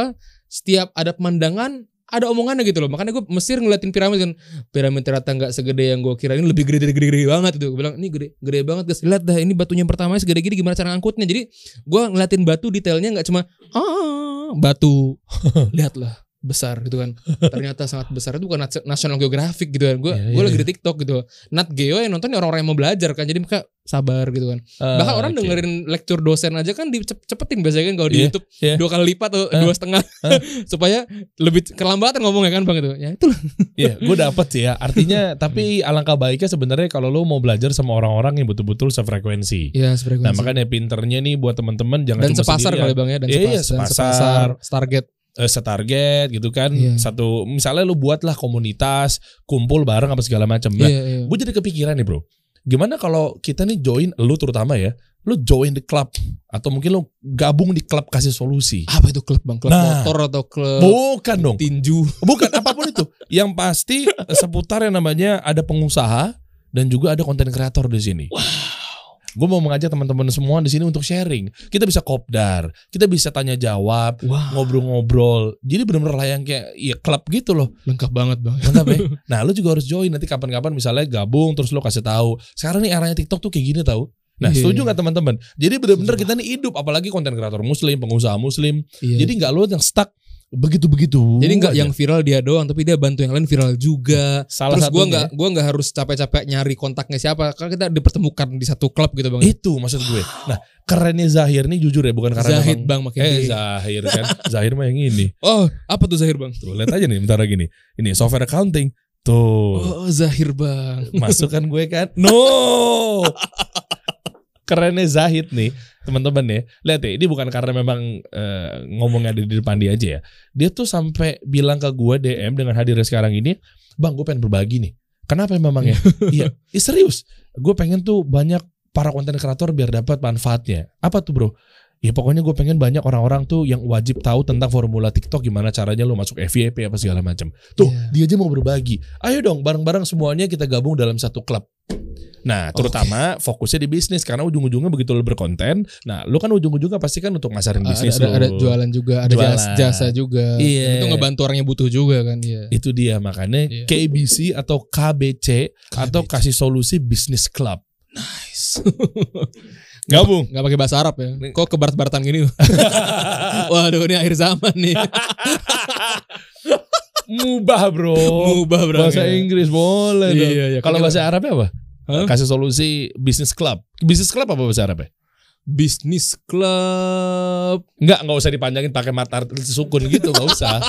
setiap ada pemandangan ada omongannya gitu loh. Makanya gue Mesir ngeliatin piramid kan, piramid ternyata nggak segede yang gue kira, ini lebih gede gede gede banget itu. Gue bilang ini gede gede banget guys, lihat dah ini batunya yang pertama segede gini, gimana cara ngangkutnya. Jadi gue ngeliatin batu detailnya nggak cuma ah batu, lihatlah besar gitu kan, ternyata sangat besar. Itu bukan National Geographic gitu kan. Gue yeah, gue yeah. lagi di TikTok gitu, Nat Geo yang nonton orang-orang yang mau belajar kan, jadi mereka sabar gitu kan. Uh, Bahkan orang okay. dengerin lecture dosen aja kan dicepetin biasanya kan kalau di Yeah, YouTube yeah. dua kali lipat atau Uh, dua setengah uh. supaya lebih kelambatan ngomongnya kan bang itu. Ya itulah. Iya, gue dapet sih ya. Artinya, tapi alangkah baiknya sebenarnya kalau lo mau belajar sama orang-orang yang betul-betul sefrekuensi. Iya, sefrekuensi. Nah makanya pinternya nih buat teman-teman jangan dan cuma sepasar sendirian. kali bang ya, dan Iya, iya, sepasar, dan sepasar. sepasar, target. Eh, setarget gitu kan. Iya. Satu, misalnya lo buatlah komunitas, kumpul bareng apa segala macam. Nah, Iya, iya. gue jadi kepikiran nih bro. Gimana kalau kita nih join, lo terutama ya, lo join the club atau mungkin lo gabung di klub kasih solusi. Apa itu klub bang? Klub Nah, motor atau klub Bukan dong. tinju? Bukan apapun itu. Yang pasti eh, seputar yang namanya ada pengusaha dan juga ada konten kreator di sini. Gue mau mengajak teman-teman semua di sini untuk sharing. Kita bisa kopdar, kita bisa tanya jawab, Wah, ngobrol-ngobrol. Jadi benar-benar layang kayak ya klub gitu loh. lengkap banget bang. Mantap ya. Nah, lu juga harus join nanti kapan-kapan misalnya gabung terus lu kasih tahu. Sekarang nih eranya TikTok tuh kayak gini tahu. Nah, Iya. setuju nggak teman-teman? Jadi benar-benar kita nih hidup, apalagi konten kreator muslim, pengusaha muslim. Iya. Jadi nggak lu yang stuck begitu-begitu. Jadi nggak aja. yang viral dia doang, tapi dia bantu yang lain viral juga. Salah Terus gue satunya. nggak gue nggak harus capek-capek nyari kontaknya siapa, karena kita dipertemukan di satu klub gitu bang. Itu maksud gue. Nah, kerennya Zahir nih jujur ya, bukan karena Zahid memang- bang makin Eh di- Zahir kan. Zahir mah yang ini. Oh apa tuh Zahir bang? Tuh, lihat aja nih bentar lagi nih. Ini software accounting. Tuh. Oh Zahir bang. Masukkan gue kan. No. Kerennya Zahid nih, teman-teman ya. Lihat ya, ini bukan karena memang eh, ngomongnya di depan dia aja ya. Dia tuh sampai bilang ke gue D M dengan hadirnya sekarang ini, "Bang, gue pengen berbagi nih." Kenapa memang ya? Iya, Ih, serius. Gue pengen tuh banyak para konten kreator biar dapat manfaatnya. Apa tuh, Bro? Ya pokoknya gue pengen banyak orang-orang tuh yang wajib tahu tentang formula TikTok, gimana caranya lo masuk F Y P apa segala macam. Tuh, Iya. dia aja mau berbagi. Ayo dong, bareng-bareng semuanya kita gabung dalam satu klub. Nah, terutama fokusnya di bisnis karena ujung-ujungnya begitu lo berkonten, nah lo kan ujung-ujungnya pasti kan untuk masarin bisnis ada, lo. ada, ada jualan juga, ada Jualan. jasa, jasa juga. Iya. Itu ngebantu orang yang butuh juga kan. Iya. Itu dia makanya Iya. K B C atau K B C atau kasih solusi bisnis club. Nice. Gabung. Gak pakai bahasa Arab ya. Kok ke barat-baratan gini? Waduh ini akhir zaman nih. Mubah, Bro. Mubah, bro. Bahasa Inggris boleh dong. Iya, iya. Kalau Kan bahasa Arabnya apa? Hah? Kasih solusi bisnis club. Bisnis club apa bahasa Arabnya? Bisnis club. Enggak, enggak usah dipanjangin pakai mat artikel sukun gitu, enggak usah.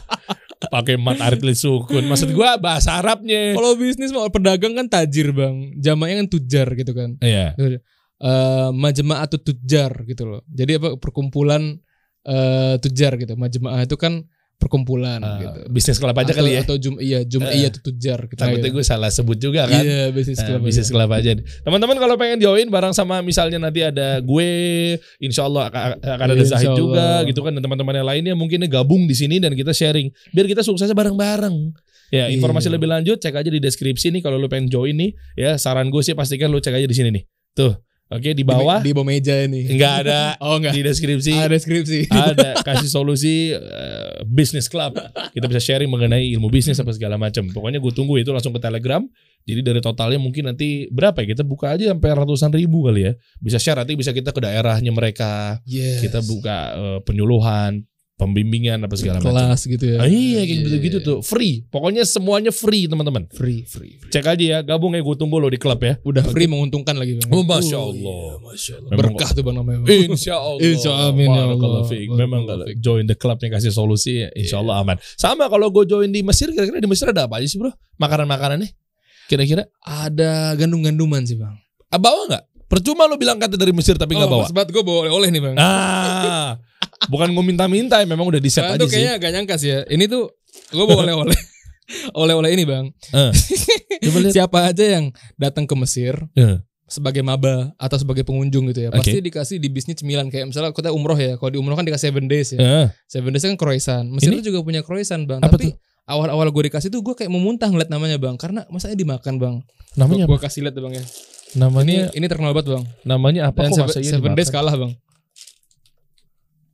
Pakai mat artikel sukun. Maksud gua bahasa Arabnya. Kalau bisnis mau pedagang kan tajir bang. Jamaknya kan tujar gitu kan. Iya. Uh, Majma'ah atau tujar gitu loh. Jadi apa perkumpulan uh, tujar gitu. Majma'ah itu kan perkumpulan Uh, gitu. bisnis club aja atau, kali ya. Atau jum iya jum'iyah atau tujar gitu. Takutnya gue salah sebut juga kan. Iya, bisnis Nah, club. bisnis aja. club aja. Teman-teman kalau pengen join bareng sama misalnya nanti ada gue, insya Allah akan akan ada Insya Zahid juga Allah. gitu kan, dan teman-teman yang lainnya mungkin gabung di sini dan kita sharing biar kita suksesnya bareng-bareng. Ya, informasi Iya. lebih lanjut cek aja di deskripsi nih kalau lu pengen join nih. Ya, saran gue sih pastikan lu cek aja di sini nih. Tuh. Oke, di bawah di, di bawah meja ini. enggak ada Oh enggak. di deskripsi. Ada deskripsi. Ada kasih solusi uh, bisnis club. Kita bisa sharing mengenai ilmu bisnis apa segala macam. Pokoknya gue tunggu itu langsung ke Telegram. Jadi dari totalnya mungkin nanti berapa ya? Kita buka aja sampai ratusan ribu kali ya. Bisa share nanti bisa kita ke daerahnya mereka. Yes. Kita buka uh, penyuluhan, pembimbingan apa segala macam. kelas gitu ya. Ah, iya kayak Iya, gitu-gitu iya. tuh. Free. Pokoknya semuanya free teman-teman. Free, free, free. Cek aja ya. Gabung ya, gue tunggu lo di klub ya. Udah free menguntungkan lagi bang. Oh, Masya Oh, Allah. iya, Masya Allah. Memang- Berkah tuh bang namanya. Bang. Insya Allah. Insya amin, ya Barakallahu Allah. fiik. Memang Barakallahu kalau fiik. join the club yang kasih solusi, insya Allah aman. Sama kalau gue join di Mesir, kira-kira di Mesir ada apa aja sih bro? Makanan-makanannya? Kira-kira? Ada gandum-ganduman sih bang. Ah, bawa nggak? Percuma lo bilang kata dari Mesir tapi nggak Oh, bawa. pas banget gue bawa oleh-oleh nih bang. Ah, bukan gue minta-minta, memang udah di set Soalnya aja tuh sih. kayaknya gak nyangka sih ya. Ini tuh gue bawa oleh-oleh. Oleh-oleh ini bang. Eh. Coba lihat. Siapa aja yang datang ke Mesir Eh. sebagai maba atau sebagai pengunjung gitu ya, Oke. pasti dikasih di bisnis cemilan kayak misalnya kita umroh ya. Kalau di umroh kan dikasih seven days ya. Eh. Seven days kan croissant. Mesir Ini? tuh juga punya croissant bang. Apa Tapi awal-awal gue dikasih tuh gue kayak mau muntah ngeliat namanya bang. Karena masanya dimakan bang. Namanya Gue apa? kasih lihat tuh bang ya. Namanya Ini ini terkenal banget bang. namanya apa Dan kok seven, masanya seven dimakan? days kalah bang.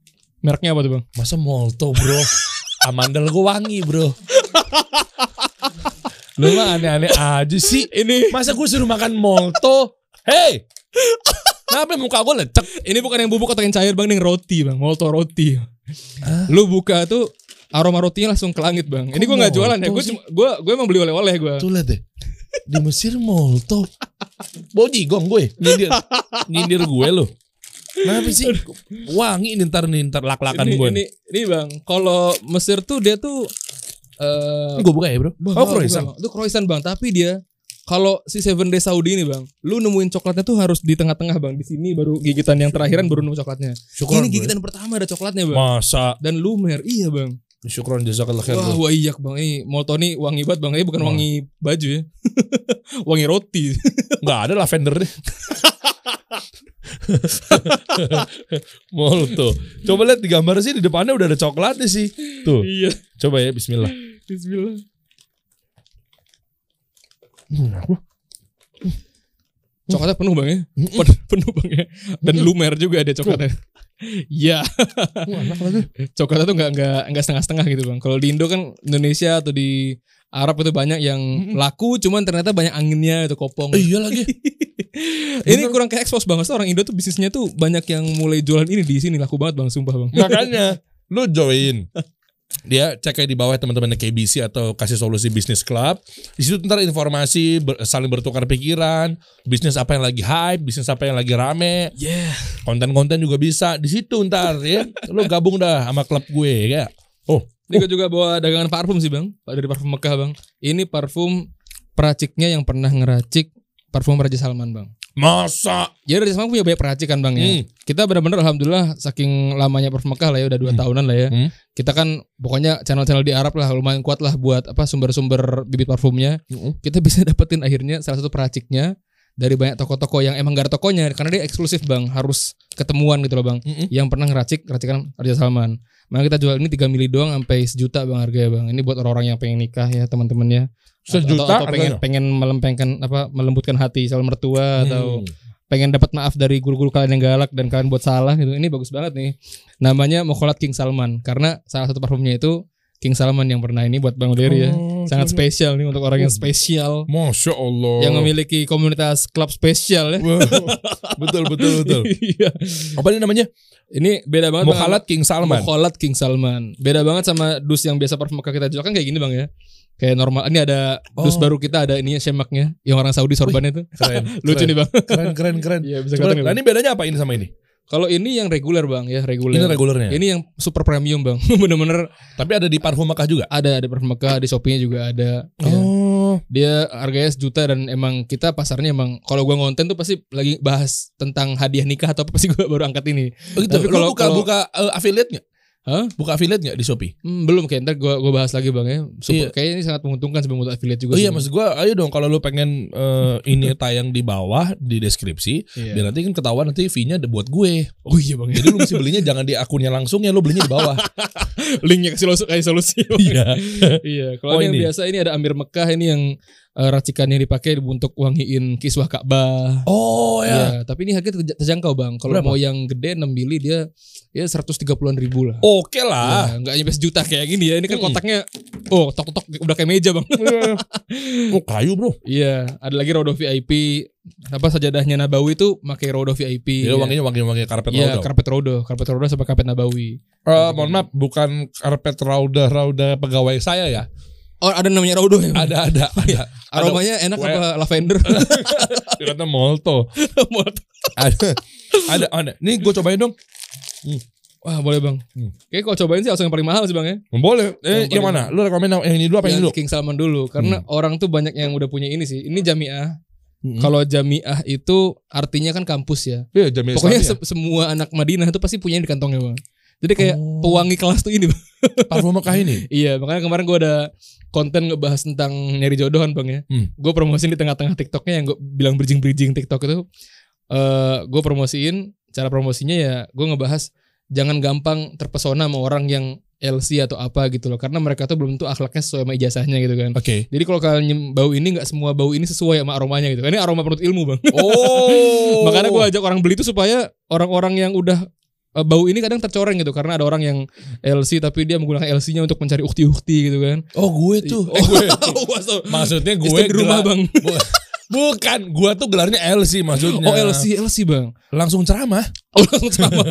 Mereknya apa tuh bang? Masa Molto bro? Amandel gue wangi bro. Lu mah aneh-aneh aja sih. Ini Masa gue suruh makan Molto? Hey, kenapa muka gue lecek? ini bukan yang bubuk atau yang cair bang, ini yang roti bang, Molto roti. Hah? Lu buka tuh aroma rotinya langsung ke langit bang. Ini gue nggak jualan ya, Molto gue sih? cuma gue gue emang beli oleh-oleh gue. Tuh liat deh. Di Mesir Molto. Bau jigong gue. Nyindir, nyindir gue lo. Kenapa sih? Wangi ini ntar nih ntar lak-lakan Ini, gue. ini, ini bang, kalau Mesir tuh dia tuh eh Gue buka ya bro. Bang, Oh croissant. bang. Itu croissant bang, tapi dia kalau si Seven Days Saudi ini bang, lu nemuin coklatnya tuh harus di tengah-tengah bang, di sini baru gigitan yang terakhiran baru nemu coklatnya. Syukron, Ini bro. gigitan pertama ada coklatnya bang. Masa. Dan lumer, iya bang. Syukron jazakallah khair Wah, bro. wah iya bang, ini Molto nih wangi banget bang, ini bukan Wah. wangi baju ya, wangi roti. Nggak ada lavender deh. Molto. Coba lihat di gambar sih di depannya udah ada coklatnya sih. Tuh. Iya. Coba ya bismillah. Bismillah. Coklatnya penuh bang ya, Pen- penuh bang ya, dan lumer juga ada coklatnya. Iya. Wah, enak lagi. Coklatnya tuh nggak nggak nggak setengah-setengah gitu bang. Kalau di Indo kan, Indonesia atau di Arab itu banyak yang laku, cuman ternyata banyak anginnya itu kopong. Eh, iya lagi. Ini kurang ke expose banget. Orang Indo tuh bisnisnya tuh banyak yang mulai jualan ini di sini, laku banget bang, sumpah bang. Makanya lu join. Dia cek kayak di bawah teman-teman K B C atau kasih solusi bisnis club. Di situ ntar informasi ber- saling bertukar pikiran, bisnis apa yang lagi hype, bisnis apa yang lagi rame, Yeah. konten-konten juga bisa di situ ntar ya. Lu gabung dah sama klub gue ya. Oh, Ini gue juga bawa dagangan parfum sih bang, dari parfum Mekah bang. Ini parfum peraciknya yang pernah ngeracik parfum Raja Salman bang. masa. Jadi Raja Salman punya banyak peracikan bang ya. Hmm. Kita benar-benar alhamdulillah saking lamanya parfum Mekah lah ya, udah dua Hmm. tahunan lah ya. Hmm. Kita kan pokoknya channel-channel di Arab lah lumayan kuat lah buat apa sumber-sumber bibit parfumnya. Hmm. Kita bisa dapetin akhirnya salah satu peraciknya dari banyak toko-toko yang emang gak ada tokonya karena dia eksklusif bang, harus ketemuan gitu loh bang. Hmm. Yang pernah ngeracik racikan Raja Salman. Maka kita jual ini tiga mili doang sampai sejuta bang harganya bang. Ini buat orang-orang yang pengen nikah ya teman-temannya. Sejuta atau, atau pengen harganya? pengen melempengkan apa melembutkan hati calon mertua atau Hmm. pengen dapat maaf dari guru-guru kalian yang galak dan kalian buat salah gitu. Ini bagus banget nih. Namanya Mokholat King Salman karena salah satu parfumnya itu King Salman yang pernah ini buat Bang Dery ya. Oh, Sangat coba. spesial nih untuk orang yang Oh. spesial Masya Allah. yang memiliki komunitas klub spesial ya. Wah, betul betul betul. Iya. Apa ini namanya? Ini beda banget Bang, Mokhalat King Salman. Mokholat King Salman. Beda banget sama dus yang biasa parfum Mekah kita jual kan kayak gini Bang ya. Kayak normal. Ini ada dus Oh. baru kita ada ininya shemaknya yang orang Saudi sorbannya tuh. Keren. Lucu keren. nih Bang. Keren keren keren. Iya bisa Coba, kelihatan nih, nah Bang. ini bedanya apa ini sama ini? Kalau ini yang reguler Bang ya, reguler. Ini regulernya. Ini yang super premium Bang. Bener-bener Tapi ada di parfum Mekah juga. ada ada parfum Mekah, di Shopee-nya juga ada. Ya. Oh. Dia harganya sejuta dan emang kita pasarnya emang kalau gua ngonten tuh pasti lagi bahas tentang hadiah nikah atau apa pasti gua baru angkat ini. Oh gitu. Tapi Lu kalau- buka kalau- buka uh, affiliate nggak? Hah? Buka affiliate nggak di Shopee? Hmm, belum kayak ntar gua gua bahas lagi Bang ya. Iya. Super, Kayaknya ini sangat menguntungkan sebelum untuk affiliate juga Oh sih, iya, Bang. maksud gua, ayo dong kalau lu pengen uh, ini tayang di bawah di deskripsi, Iya. biar nanti kan ketahuan nanti fee-nya ada buat gue. Oh iya Bang. Jadi lu mesti belinya jangan di akunnya langsung ya, lu belinya di bawah. Linknya kasih solusi, kasih solusi. Bang. Iya. Iya. Kalau Oh, ini yang ini. biasa ini ada Amir Mekah ini yang eh, racikan yang dipakai untuk wangiin kiswah Ka'bah. Oh ya. Iya, tapi ini harga terj- terjangkau Bang. Kalau Berapa? mau yang gede enam mili dia ya seratus tiga puluhan ribu lah. Oke lah. Ya, nggak nyampe sejuta kayak gini ya. Ini kan Hmm. kotaknya oh tok-tok udah kayak meja Bang. Oh kayu bro. Iya, ada lagi Rodo V I P. Apa sajadahnya Nabawi itu pakai Rodo V I P. Dia ya. wanginya wangi-wangi karpet Iya, raudah. karpet Rodo, karpet Rodo sampai karpet Nabawi. Eh, mohon maaf, bukan karpet raudah raudah pegawai saya ya. Oh, ada namanya Rodo ya. Bang? Ada ada ada. Aromanya enak Ada- apa lavender? Dia kata molto. Ada ada ada. Nih gue cobain dong. Wah, boleh Bang. Hmm. Kayaknya kalau cobain sih langsung yang paling mahal sih Bang ya. Boleh. Eh, Yang yang mana? Lu rekomen yang ini dulu apa yang ini Yang dulu? King Salman dulu karena Hmm. orang tuh banyak yang udah punya ini sih. Ini Jamiah. Hmm. Kalau Jamiah itu artinya kan kampus ya. Iya, Jamil Pokoknya Islami se- semua anak Madinah itu pasti punya di kantongnya Bang. Jadi kayak Oh. pewangi kelas tuh ini Bang. ya? Parfum Mekah ini. Iya, makanya kemarin gue ada konten ngebahas tentang nyari jodohan Bang ya. Hmm. Gue promosiin di tengah-tengah TikToknya yang gue bilang bridging-bridging TikTok itu. eh gue promosiin, cara promosinya ya gue ngebahas jangan gampang terpesona sama orang yang L C atau apa gitu loh. Karena mereka tuh belum tentu akhlaknya sesuai sama ijazahnya gitu kan. Oke. Jadi kalau kalian nyium bau ini nggak semua bau ini sesuai sama aromanya gitu. Ini aroma penuntut ilmu Bang. Oh. Makanya gue ajak orang beli itu supaya orang-orang yang udah uh, bau ini kadang tercoreng gitu karena ada orang yang L C tapi dia menggunakan L C-nya untuk mencari ukti-ukti gitu kan. Oh gue tuh. Eh, gue. Maksudnya gue Istri di rumah gelar- bang. Bukan, gue tuh gelarnya L C maksudnya. Oh L C, L C bang. Langsung ceramah. Oh langsung sama.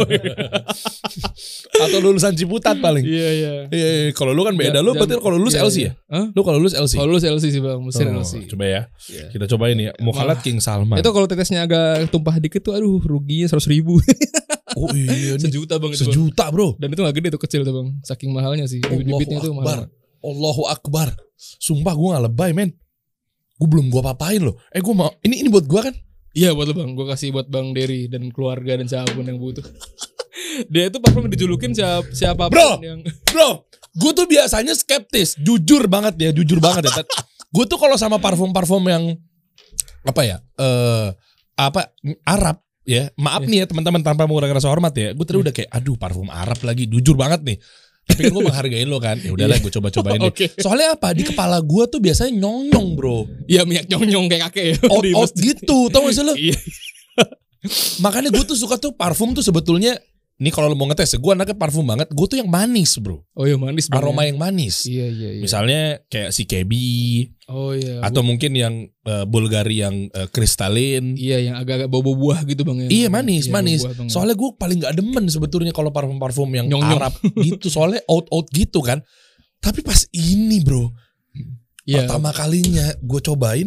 Atau lulusan Ciputat paling. Iya iya. Iya, iya. Kalau lu kan beda. Lu Jam- berarti kalau lulus iya, L C iya. ya? Hah? Lu kalau lulus L C? Kalau lulus L C sih bang, mesin Oh, L C. coba ya. Iya. Kita cobain ya. Mukhalat King Salman. Itu kalau tetesnya agak tumpah dikit tuh, aduh ruginya seratus ribu. Oh iya nih. Sejuta bang itu bang. Sejuta bro. Dan itu gak gede tuh, kecil tuh bang. Saking mahalnya sih. Bibit-bibitnya itu Allahu Akbar. mahal. Allahu Akbar. Sumpah gue gak lebay men. Gue belum gue apa-apain loh. Eh gue mau. Ini ini buat gue kan. Iya buat lo bang. Gue kasih buat bang Derry dan keluarga dan siapapun yang butuh. Dia itu parfum dijulukin siapa siapapun Bro. yang. Bro. Gue tuh biasanya skeptis. Jujur banget ya. Jujur banget ya. Gue tuh kalau sama parfum-parfum yang. Apa ya. Eh apa. Arab. Ya, maaf nih ya teman-teman tanpa menggunakan rasa hormat ya. Gue tadi udah kayak, aduh parfum Arab lagi, jujur banget nih. Tapi kan gue menghargain lo kan. Ya udahlah gue coba-cobain deh. Oke. Soalnya apa? Di kepala gue tuh biasanya nyong-nyong bro. Iya minyak nyong-nyong kayak kakek ya. Out, Di out masjid. gitu, tau gak sih lo? Iya. Makanya gue tuh suka tuh parfum tuh sebetulnya. Nih kalau lo mau ngetes, gue anaknya parfum banget. Gue tuh yang manis bro. Oh iya manis bang. Aroma ya. yang manis. Iya iya iya. Misalnya kayak si Kebi. Oh iya. Atau mungkin yang uh, Bulgari yang uh, kristalin. Iya yang agak-agak bau-bau buah gitu bang. Ya. Iya manis, Iya, manis. bau buah, Bang. Soalnya gue paling gak demen sebetulnya kalau parfum-parfum yang Nyong-nyong. Arab gitu. Soalnya out-out gitu kan. Tapi pas ini bro, Iya. pertama kalinya gue cobain,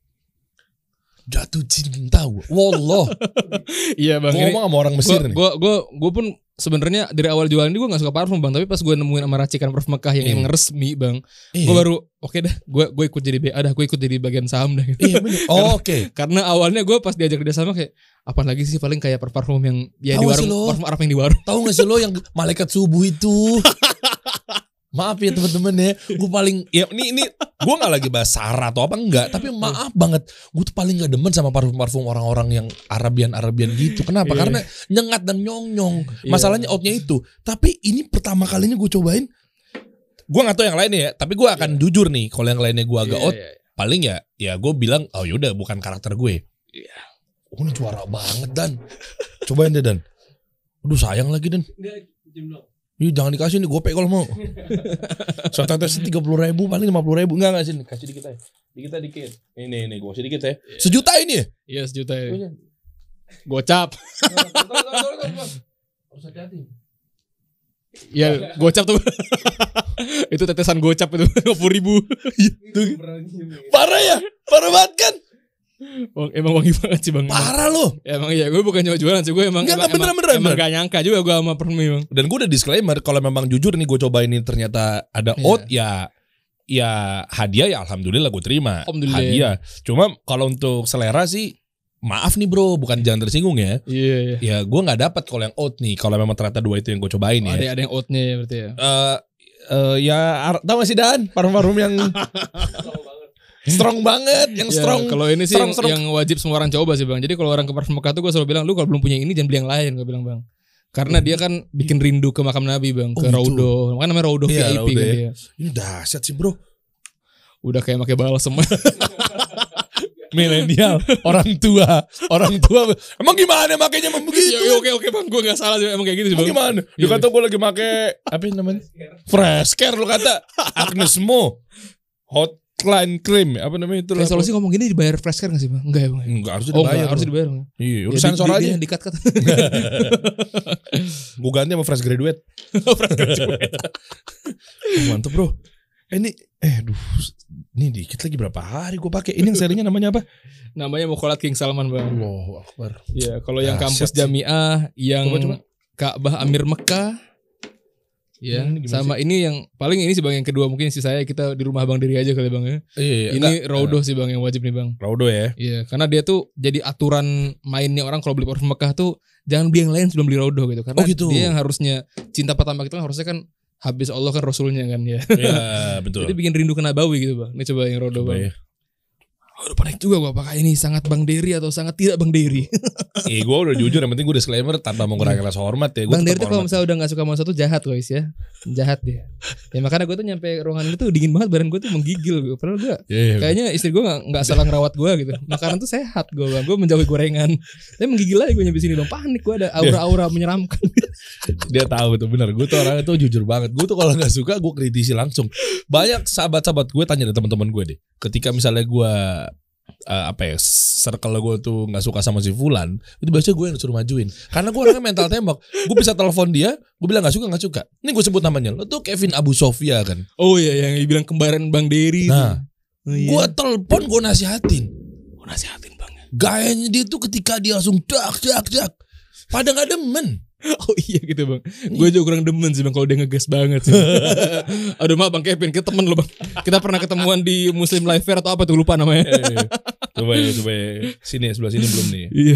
jatuh cinta gue. Wallah. Iya bang. Gue Ini ngomong sama orang Mesir nih. Gue gue gue pun sebenarnya dari awal jualan ini gue nggak suka parfum bang, tapi pas gue nemuin sama racikan parfum Mekah yang Iya. emang resmi bang, Iya. gue baru oke dah, gue gue ikut jadi B A dah, gue ikut jadi bagian saham dah. Gitu. Iya bener. Oh, oke. Karena awalnya gue pas diajak kerjasama kayak apa lagi sih paling kayak parfum yang ya Tahu di sih warung, lo. parfum Arab yang di warung. Tahu gak sih lo yang malaikat subuh itu? Maaf ya teman-teman ya, gue paling ya ini ini gue nggak lagi bahas sara atau apa enggak, tapi maaf banget, gue tuh paling nggak demen sama parfum-parfum orang-orang yang Arabian-Arabian gitu. Kenapa? Iya. Karena nyengat dan nyong-nyong. Iya. Masalahnya outnya itu. Tapi ini pertama kalinya gue cobain, gue nggak tahu yang lainnya ya. Tapi gue akan jujur nih, kalau yang lainnya gue agak Iya, out, iya, iya. paling ya ya gue bilang, oh yaudah bukan karakter gue. Iya. Oh ini juara banget Dan. Cobain deh Dan. Aduh sayang lagi Dan. Ih jangan dikasih nih gopek kalau mau. Shot tesnya tiga puluh ribu paling lima puluh ribu. Enggak enggak sini kasih dikit aja. Dikit aja dikit. Ini ini gue kasih dikit ya. Sejuta ini ya? Iya sejuta ya. Gocap. Harus hati-hati. Iya gocap tuh. Itu tetesan gocap itu dua puluh ribu. Parah ya? Parah banget kan? Wang, emang wangi banget sih bang. Parah loh. Ya, emang iya gue bukan cuma jualan sih, gue emang Enggak, emang, enggak, beneran, emang, beneran, emang beneran. gak nyangka juga gue sama parfum ini bang. Dan gue udah disclaimer kalau memang jujur nih gue cobain ini ternyata ada Iya. out ya ya hadiah ya alhamdulillah gue terima. Alhamdulillah. Hadiah. Cuma kalau untuk selera sih maaf nih bro, bukan jangan tersinggung ya. Iya iya. Ya gue nggak dapat kalau yang out nih. Kalau memang ternyata dua itu yang gue cobain Oh, ya. ada ada yang outnya ya berarti ya. Eh eh, ya ar- tau gak sih Dan parfum-parfum yang strong banget, yang Ya, strong. kalau ini sih strong, yang, strong. yang wajib semua orang coba sih bang. Jadi kalau orang ke parfum Mekah tuh gue selalu bilang, lu kalau belum punya ini jangan beli yang lain, gue bilang bang. Karena dia kan bikin rindu ke makam Nabi bang, Oh, ke gitu. Raudo. Makanya namanya Raudo Iya, V I P Raudo kan ya. dia. Ini dahsyat sih bro. Udah kayak pakai balas semua. Milenial, orang tua, orang tua. Emang gimana makanya emang begitu? Ya, ya, oke oke bang, gue nggak salah sih emang kayak gitu sih Emang bang. gimana? Dia Iya. kata gue lagi make apa yang namanya? Fresh Care lu kata. Agnes Mo. Hotline Cream apa namanya itu? Kayak solusi ngomong gini dibayar fresh care nggak sih bang? Enggak ya bang. Enggak harus Oh dibayar. enggak, harus bro. dibayar bang. Iya, udah Ya, sensor di- aja. di- Di-cut cut. Gue ganti sama Fresh Graduate. Oh, mantep bro. Eh, ini eh duh, ini dikit lagi berapa hari gue pakai. Ini yang serinya namanya apa? Namanya Mukhalat King Salman bang. Allahu Akbar. Iya, kalau yang Dahsyat kampus sih. Jamiah, yang Coba, coba. Ka'bah Amir Mekah. Ya, Hmm, ini gimana sama ini yang paling ini sih bang yang kedua mungkin sih saya kita di rumah Bang Diri aja kali bang ya. Iya, Ini Raudo sih bang yang wajib nih bang. Raudo ya. Iya, karena dia tuh jadi aturan mainnya orang kalau beli parfum Mekah tuh jangan beli yang lain sebelum beli Raudo gitu. Karena Oh, gitu. dia yang harusnya cinta pertama kita kan harusnya kan habis Allah kan Rasulnya kan ya. Iya, betul. Jadi bikin rindu ke Nabawi gitu bang. Ini coba yang Raudo Coba bang. ya. Aduh panik juga gua apakah ini sangat Bang Diri atau sangat tidak Bang Diri. Eh gue udah jujur, yang penting gue disclaimer tanpa mengurangi rasa hormat ya. Gua Bang Dery tetap tuh kalau hormat. misalnya udah gak suka sama sesuatu jahat guys ya. Jahat dia. Ya makanya gue tuh nyampe ruangan itu dingin banget, badan gue tuh menggigil gue. Padahal gue Iya, iya. kayaknya istri gue gak, gak salah ngerawat gue gitu. Makanan tuh sehat gue bang. Gue menjauhi gorengan. Tapi menggigil aja gue nyampe sini bang. Panik gue, ada aura-aura menyeramkan. Dia tahu tuh benar. Gue tuh orangnya tuh jujur banget. Gue tuh kalau nggak suka gue kritisi langsung. Banyak sahabat-sahabat gue tanya dari teman-teman gue deh. Ketika misalnya gue uh, apa ya, circle gue tuh nggak suka sama si Fulan, itu biasanya gue yang suruh majuin. Karena gue orangnya mental tembak. Gue bisa telepon dia, gue bilang nggak suka nggak suka. Ini gue sebut namanya. Lo tuh Kevin Abu Sofia kan. Oh iya, yang dibilang kembaran Bang Dery. Nah, oh, iya. gue telepon gue nasihatin. Gue nasihatin bang. Gayanya dia tuh ketika dia langsung dak dak dak. Pada nggak demen. Oh iya gitu bang. Gue juga kurang demen sih bang kalau dia ngegas banget sih. Aduh maaf bang Kevin, kita temen lo bang. Kita pernah ketemuan di Muslim Life Fair atau apa tuh, lupa namanya. Eh, coba ya, coba ya. Sini sebelah sini belum nih. Iya.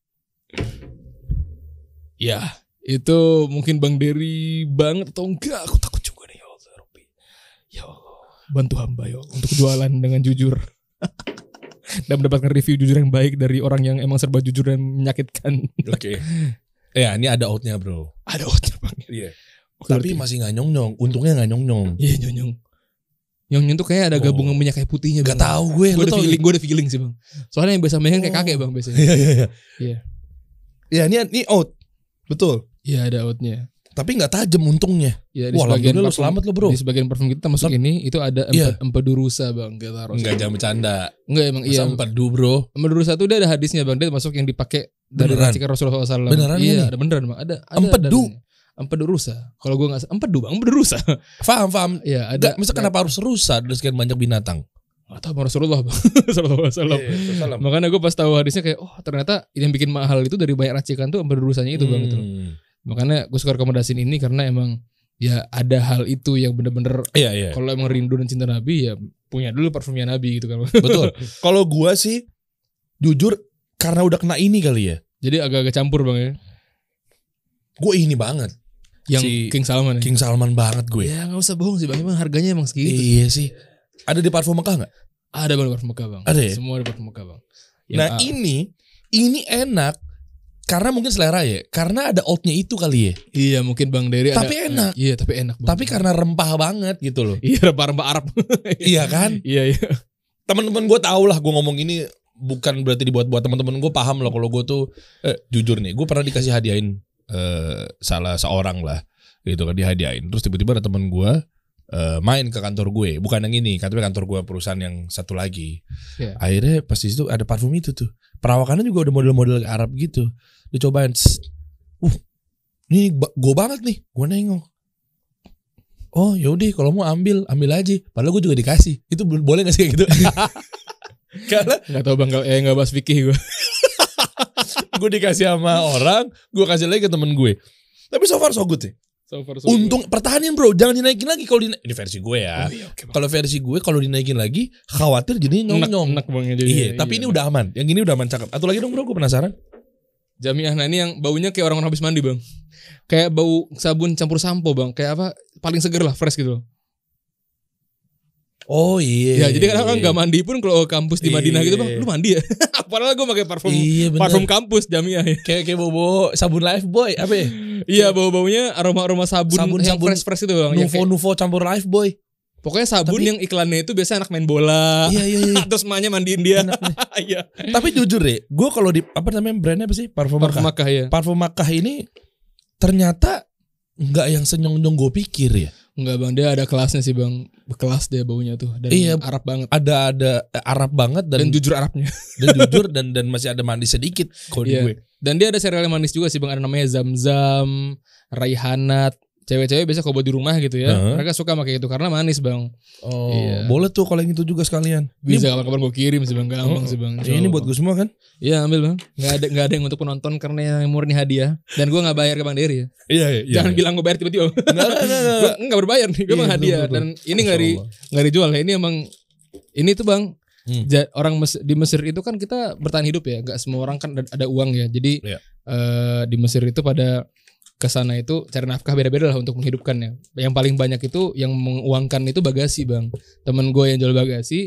Ya, itu mungkin Bang Dery banget atau enggak? Aku takut juga nih ya Allah, Rabbi. Ya Allah, bantu hamba ya Allah untuk jualan dengan jujur. Dan mendapatkan review jujur yang baik dari orang yang emang serba jujur dan menyakitkan. Oke. Ya, ini ada outnya bro. Ada outnya bang. Iya. Oke, Tapi berarti- masih nggak nyong nyong. Untungnya nggak nyong nyong. Iya nyonyong. Nyonyong tuh kayak ada Oh. gabungan minyak kayak putihnya. Gak Bang. tahu gue. Gue Lo ada tau feeling, gue ada feeling sih bang. Soalnya yang biasa main kayak Oh. kakek bang biasanya. Iya iya iya. Iya. Ya ini ini out. Betul. Iya ada outnya. Tapi nggak tajam untungnya. Ya, di Wah, sebagian alhamdulillah lo parfum- selamat lo bro. Di sebagian parfum kita masuk Lep- ini itu ada Iya. empat empedurusa bang. Kita taruh. Enggak jangan bercanda. Enggak emang Masa iya. empedu bro. Empedurusa itu dia ada hadisnya bang. Dia masuk yang dipakai dari Beneran? racikan Rasulullah shallallahu alaihi wasallam. Beneran Iya ini? ada beneran bang. Ada. ada Empedu? dalilnya. Empedurusa. Kalau gue nggak empedu bang. Empedurusa. Faham faham. Iya ada. Enggak, masa kenapa harus rusa dari sekian banyak binatang? Gak tahu Rasulullah bang. Sallallahu alaihi wasallam. Iya, salam. Makanya gue pas tahu hadisnya kayak oh ternyata yang bikin mahal itu dari banyak racikan tuh empedurusanya itu bang. Gitu. Hmm. Makanya gue suka rekomendasiin ini karena emang ya ada hal itu yang bener-bener Iya iya. kalau emang rindu dan cinta Nabi ya punya dulu parfumnya Nabi gitu kan. Betul. Kalau gua sih jujur karena udah kena ini kali ya. Jadi agak-agak campur bang ya. Gue ini banget. Yang Si King Salman ya. King Salman banget gue. Ya nggak usah bohong sih bang. Emang harganya emang segitu. Iya sih. Ada di parfum Mekah nggak? Ada bang di parfum Mekah bang. Ada ya? Semua di parfum Mekah bang. Yang Nah A. ini ini enak karena mungkin selera ya. Karena ada oatnya itu kali ya. Iya mungkin Bang Dery Tapi ada, enak. Iya tapi enak bang. Tapi karena rempah banget gitu loh. iya rempah-rempah Arab. Iya kan? Iya iya. Teman-teman gue tau lah gue ngomong ini bukan berarti dibuat-buat, teman-teman gue paham lah kalau gue tuh eh, jujur nih, gue pernah dikasih hadiahin eh, salah seorang lah gitu kan, dihadiahin. Terus tiba-tiba ada teman gue eh, main ke kantor gue, bukan yang ini, tapi kantor gue perusahaan yang satu lagi. Iya. Akhirnya pas di situ ada parfum itu tuh, perawakannya juga udah model-model Arab gitu. Dicobain, uh, ini gue banget nih, gue nengok. Oh yaudah kalau mau ambil ambil aja. Padahal gue juga dikasih. Itu boleh gak sih kayak gitu? Karena Nggak tahu bang, eh nggak bahas fikih gue. gue dikasih sama orang, gue kasih lagi ke temen gue. Tapi so far so good sih. So far, so Untung pertahanin bro, jangan dinaikin lagi kalau dina- ini versi gue ya. Oh, iya, oke, Bang. Kalau versi gue kalau dinaikin lagi khawatir jadi Enak, nyong-nyong. enak bang ya jadi. Iya, tapi ini udah aman. Yang ini udah aman, cakep. Atau lagi dong bro, gue penasaran. Jamiah. Nah ini yang baunya kayak orang-orang habis mandi bang. Kayak bau sabun campur sampo bang. Kayak apa? Paling seger lah, fresh gitu loh. Oh iya. Ya jadi kan orang nggak mandi pun kalau kampus di Madinah gitu bang, Iya. lu mandi ya? Padahal gue pakai parfum Iya bener. parfum kampus Jamiah ya. Kayak kayak bobo sabun life boy apa ya? Iya bau-baunya aroma-aroma sabun, Sabun- yang sabun fresh-fresh itu bang. Ya, Nuvo kayak- Nuvo campur life boy. pokoknya sabun Tapi- yang iklannya itu biasa anak main bola. Iya iya iya. Terus emaknya mandiin dia. Enak nih. Iya. Tapi jujur deh, gue kalau di apa namanya brandnya apa sih? Parfum Parfum Makkah. Makkah ya. Parfum Makkah ini ternyata nggak yang senyong-nyong gue pikir ya. Enggak bang, dia ada kelasnya sih bang. Kelas dia baunya tuh. Dan Iya. Arab banget. Ada ada eh, Arab banget dan Dan, jujur Arabnya. dan jujur dan dan masih ada manis sedikit kalau di Iya. gue. Dan dia ada serial manis juga sih bang. Ada namanya Zam-Zam, Raihanat. Cewek-cewek biasa kalau buat di rumah gitu ya. Heeh. Mereka suka pakai itu karena manis bang. Oh, Iya. boleh tuh kalau yang itu juga sekalian. Bisa kapan-kapan gue kirim sih bang. Gampang Oh, sih bang. Ini, ini buat gue semua kan? Iya ambil bang. Gak ada gak ada yang untuk penonton karena yang murni hadiah. Dan gue gak bayar ke Bang Dery ya. Iya iya. Jangan bilang gue bayar tiba-tiba. Enggak enggak enggak. Gue gak berbayar nih. Gue Iya, emang betul, hadiah. betul. Dan ini gak, di, gak dijual ya. Ini emang. Ini tuh bang. Hmm. ja- orang Mes- di Mesir itu kan kita bertahan hidup ya. Gak semua orang kan ada, ada uang ya. Jadi Iya. eh, di Mesir itu pada kesana itu cari nafkah beda-beda lah untuk menghidupkannya. Yang paling banyak itu yang menguangkan itu bagasi bang. Temen gue yang jual bagasi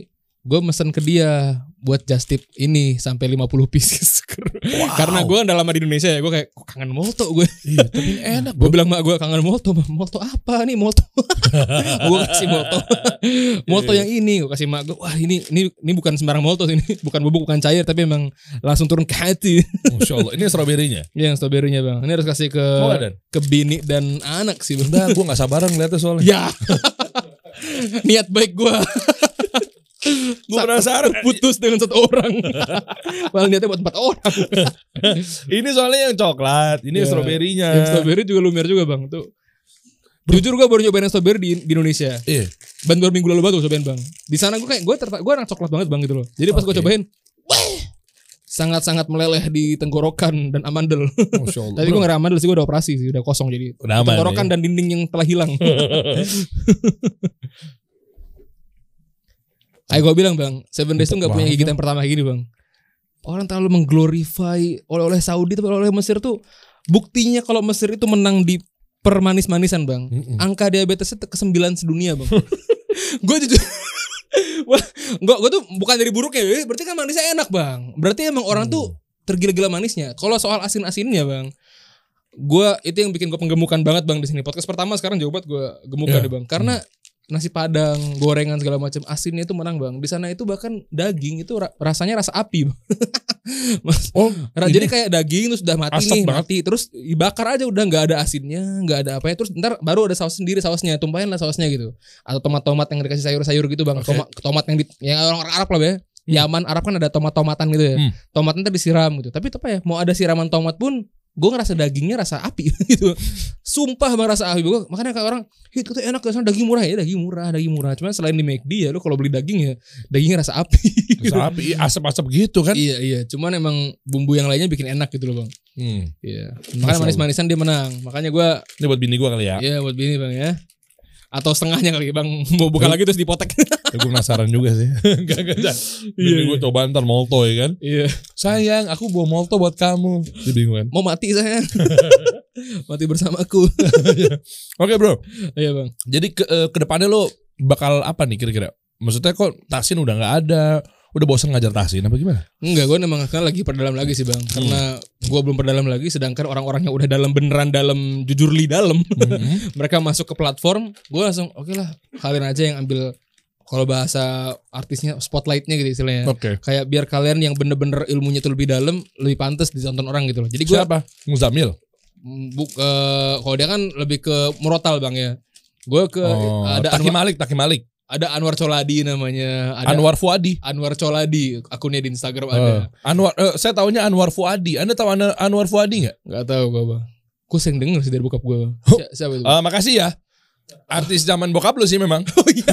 gue mesen ke dia buat just tip ini sampai lima puluh pieces. Wow. Karena gue udah lama di Indonesia ya, gue kayak kok kangen molto gue. Iya, tapi enak. Gue bilang mak gue kangen molto, molto apa nih molto? Gue kasih molto, molto yang ini gue kasih mak gue. Wah ini ini ini bukan sembarang molto ini, bukan bubuk bukan cair tapi emang langsung turun ke hati. Masya Allah. Ini stroberinya. Iya yang stroberinya bang. Ini harus kasih ke Oh, Dan? ke bini dan anak sih bang. Udah, gue nggak sabaran ngeliatnya soalnya. Ya. Niat baik gue. Gue penasaran. Putus dengan satu orang. Malah niatnya buat empat orang. Ini soalnya yang coklat, ini Ya, stroberinya. Yang strawberry juga lumer juga bang. Tuh. Jujur gue baru nyobain yang strawberry di, di Indonesia. Iya. Ban baru minggu lalu baru cobain bang. Di sana gue kayak gue tertarik, gue anak coklat banget bang gitu loh. Jadi pas gue Oke. cobain, sangat-sangat meleleh di tenggorokan dan amandel. Masya Allah. Tapi gue gak amandel sih, gue udah operasi sih, udah kosong jadi. Udah aman, Tenggorokan ya? dan dinding yang telah hilang. Kayak gue bilang bang, Seven Days tuh gak punya gigitan pertama kayak gini bang. Orang terlalu mengglorify oleh-oleh Saudi tapi oleh Mesir tuh buktinya kalau Mesir itu menang di permanis-manisan bang. Mm-mm. Angka diabetesnya ke sembilan sedunia bang. Gue jujur, Wah, gue gue tuh bukan dari buruknya, ya. Berarti kan manisnya enak bang. Berarti emang orang tuh tergila-gila manisnya. Kalau soal asin-asinnya bang, gue itu yang bikin gue penggemukan banget bang di sini. Podcast pertama sekarang jauh banget gue gemukan Yeah. deh bang. Karena nasi padang, gorengan segala macam asinnya itu menang bang. Di sana itu bahkan daging itu ra- rasanya rasa api bang. Mas, Oh, ra- jadi kayak daging terus udah mati asap nih, banget. mati terus dibakar aja udah nggak ada asinnya, nggak ada apa ya. Terus ntar baru ada saus sendiri sausnya, tumpahin lah sausnya gitu. Atau tomat-tomat yang dikasih sayur-sayur gitu bang. Oke. Tomat, tomat yang di, yang orang Arab lah ya. Yaman Arab kan ada tomat-tomatan gitu ya. Hmm. Tomatnya ntar disiram gitu. Tapi apa ya? Mau ada siraman tomat pun gue ngerasa dagingnya rasa api gitu. Sumpah bang rasa api. Gua, makanya kayak orang, hit itu enak kesana daging murah ya, daging murah, daging murah. Cuman selain di McD ya, lu kalau beli daging ya dagingnya rasa api. Gitu. rasa api, asap-asap gitu kan? Iya iya. Cuman emang bumbu yang lainnya bikin enak gitu loh bang. Hmm. Iya. Masya Makanya Allah. manis-manisan dia menang. Makanya gue, Ini buat bini gue kali ya. ya buat bini bang ya. Atau setengahnya kali bang, mau buka lagi terus dipotek. Ya, gue penasaran juga sih. Gak gak. Bini gue coba ntar molto ya kan. Iya. Sayang, aku bawa molto buat kamu. Dia bingung kan. Mau mati saya. Mati bersamaku. Oke bro. Iya bang. Jadi ke eh, ke depannya lo bakal apa nih kira-kira? Maksudnya kok Tahsin udah nggak ada, udah bosan ngajar Tahsin apa gimana? Enggak, gue emang kan lagi perdalam lagi sih bang. Karena gue belum perdalam lagi. Sedangkan orang-orang yang udah dalam beneran dalam jujur li dalam, mereka masuk ke platform. Gue langsung oke lah, kalian aja yang ambil. Kalau bahasa artisnya spotlightnya gitu istilahnya. Oke. Kayak biar kalian yang bener-bener ilmunya itu lebih dalam, lebih pantas ditonton orang gitu loh. Jadi gue Siapa? Muzamil. buk eh, kalau dia kan lebih ke murotal bang ya. Gue ke Oh, ada Taki Anwar, Malik, Taki Malik. ada Anwar Coladi namanya. Ada Anwar Fuadi. Anwar Coladi akunnya di Instagram Eh, ada. Anwar, eh, saya taunya Anwar Fuadi. Anda tahu An- Anwar Fuadi nggak? Gak tahu gue bang. Gue sering denger sih dari bokap gue. Oh. Si- Siapa itu? Eh, makasih ya. Artis zaman bokap lu sih memang. Oh iya.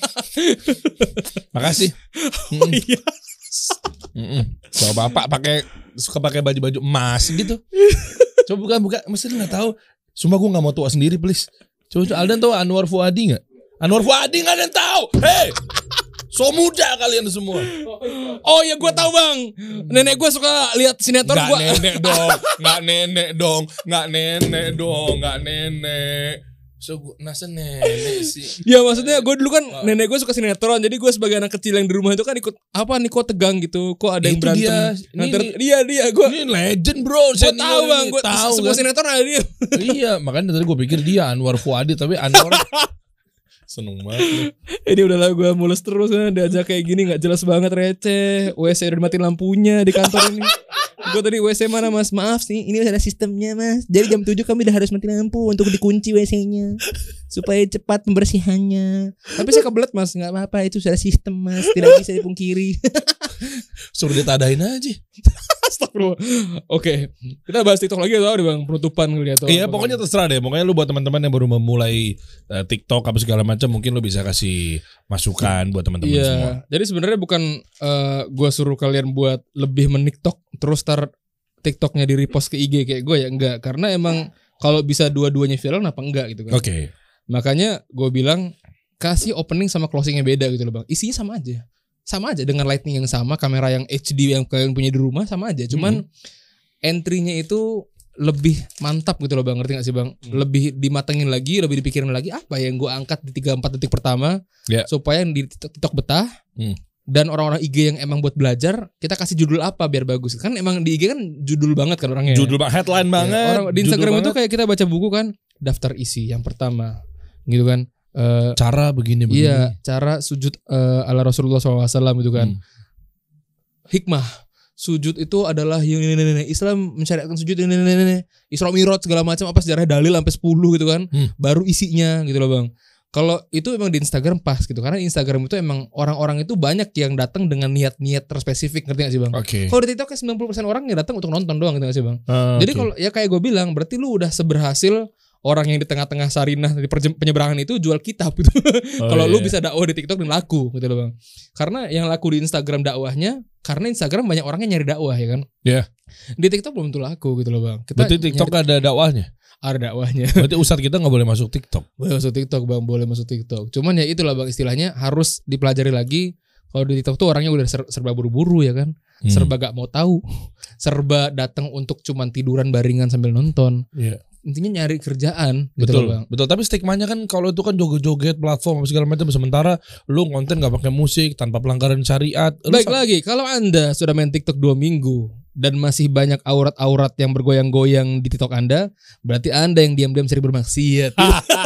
Makasih. Oh iya. Mm-mm. Kalau bapak pakai suka pakai baju-baju emas gitu. Coba buka buka, mesti nggak tahu. Sumpah gue nggak mau tua sendiri, please. Coba, coba Aldan tahu Anwar Fuadi nggak? Anwar Fuadi nggak ada yang tahu. Hei, so muda kalian semua. Oh iya gue tahu bang. Nenek gue suka lihat sinetron Nggak gue. nenek dong, nggak nenek dong, nggak nenek dong, nggak nenek. So gue nasa nenek sih. Ya maksudnya gue dulu kan nenek gue suka sinetron. Jadi gue sebagai anak kecil yang di rumah itu kan ikut apa nih kok tegang gitu. Kok ada yang Itu berantem. dia. Nah, Ini- ter- ini- dia dia gue. Ini legend bro. Gue tahu bang. Gue tahu semua kan? sinetron ada dia. Iya, makanya tadi gue pikir dia Anwar Fuadi, tapi Anwar seneng banget. lu. Ini udahlah gue mules terus kan. Diajak kayak gini gak jelas banget receh. W C udah dimatiin lampunya di kantor ini. Gue tadi W C mana mas? Maaf sih ini ada sistemnya mas. Jadi jam tujuh kami udah harus mati lampu untuk dikunci W C-nya. Supaya cepat pembersihannya. Tapi saya kebelet mas. Gak apa-apa itu sudah sistem mas. Tidak bisa dipungkiri. Suruh ditadain aja. Astagfirullah. Oke, kita bahas TikTok lagi atau bang penutupan kali atau Iya, apa? pokoknya terserah deh. Pokoknya lu buat teman-teman yang baru memulai uh, TikTok apa segala macam, mungkin lu bisa kasih masukan buat teman-teman Iya. semua. Jadi sebenarnya bukan uh, gue suruh kalian buat lebih meniktok terus tar TikToknya di repost ke I G kayak gue ya enggak. Karena emang kalau bisa dua-duanya viral, kenapa enggak gitu kan? Oke. Makanya gue bilang kasih opening sama closingnya beda gitu loh bang. Isinya sama aja. Sama aja dengan lighting yang sama, kamera yang H D yang kalian punya di rumah sama aja. Cuman entry-nya itu lebih mantap gitu loh bang, ngerti gak sih bang? Lebih dimatengin lagi, lebih dipikirin lagi apa yang gue angkat di tiga empat detik pertama Ya. supaya yang di TikTok, TikTok betah. Hmm. Dan orang-orang I G yang emang buat belajar, kita kasih judul apa biar bagus. Kan emang di I G kan judul banget kan orangnya. Judul banget, headline banget. Orang di Instagram itu kayak kita baca buku kan, daftar isi yang pertama, gitu kan. Uh, cara begini-begini. Iya, cara sujud uh, ala Rasulullah shallallahu alaihi wasallam gitu kan. Hmm. Hikmah, sujud itu adalah yang ini, ini, ini. Islam mensyariatkan sujud ini, ini, ini. Isra Mi'raj segala macam apa sejarah dalil sampai sepuluh gitu kan. Hmm. Baru isinya gitu loh Bang. Kalau itu emang di Instagram pas gitu. Karena Instagram itu emang orang-orang itu banyak yang datang dengan niat-niat terspesifik, ngerti gak sih Bang? Okay. Kalau di TikTok kayak sembilan puluh persen orang yang datang untuk nonton doang, ngerti gak sih Bang? Uh, Jadi okay. kalau ya kayak gue bilang, berarti lu udah seberhasil orang yang di tengah-tengah Sarinah di penyeberangan itu jual kitab gitu. Oh, kalau iya. lu bisa dakwah di TikTok dan laku gitu loh Bang. Karena yang laku di Instagram dakwahnya, karena Instagram banyak orang yang nyari dakwah ya kan. Iya. Yeah. Di TikTok belum tentu laku gitu loh Bang. Kita berarti TikTok nyari... ada dakwahnya? Ada dakwahnya. Berarti ustadz kita gak boleh masuk TikTok? Boleh masuk TikTok Bang, boleh masuk TikTok. Cuman ya itulah Bang, istilahnya harus dipelajari lagi. Kalau di TikTok tuh orangnya udah serba buru-buru ya kan. Hmm. Serba gak mau tahu. Serba datang untuk cuman tiduran baringan sambil nonton. Iya. Intinya nyari kerjaan gitu betul, loh Bang. Betul, tapi stigmanya kan kalau itu kan joget-joget platform segala macam, sementara lu konten gak pakai musik tanpa pelanggaran syariat. Baik lagi, kalau Anda sudah main TikTok dua minggu dan masih banyak aurat-aurat yang bergoyang-goyang di TikTok Anda, berarti Anda yang diam-diam sering bermaksiat.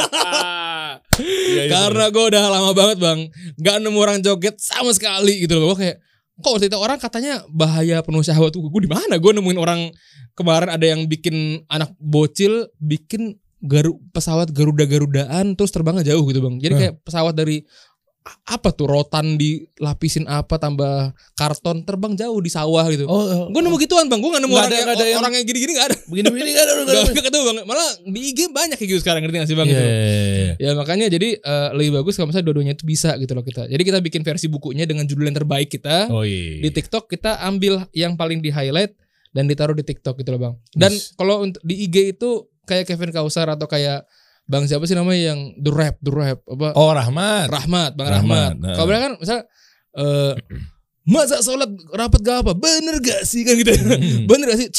Iya, iya, karena gue udah lama banget Bang gak nemu orang joget sama sekali gitu loh. Gue kayak kok waktu itu orang katanya bahaya penuh syahwat. Gue di mana gue nemuin orang kemarin ada yang bikin anak bocil bikin garu, pesawat garuda-garudaan terus terbangnya jauh gitu Bang. Jadi kayak pesawat dari apa tuh rotan dilapisin apa tambah karton terbang jauh di sawah gitu. Oh, oh, gue nemu gituan Bang. Gue gak nemu gak orang, ada, yang, ada yang orang yang gini-gini gak ada. Begini-begini gak ada. Gak, gak ketemu Bang. Malah di I G banyak kayak gitu sekarang, ngerti gak sih Bang? Yeah, gitu. yeah, yeah. Ya makanya jadi uh, lebih bagus kalau misalnya dua-duanya itu bisa gitu loh kita. Jadi kita bikin versi bukunya dengan judul yang terbaik kita. Oh, yeah. Di TikTok kita ambil yang paling di highlight dan ditaruh di TikTok gitu loh Bang. Dan yes. kalau untuk di I G itu kayak Kevin Kausar atau kayak Bang siapa sih namanya yang The Rap, The Rap apa? Oh Rahmat. Rahmat, Bang Rahmat. Rahmat. Nah. Kalau kan misal uh, masa sholat rapat gak apa? Bener gak sih kan gitu. Hmm. Bener gak sih?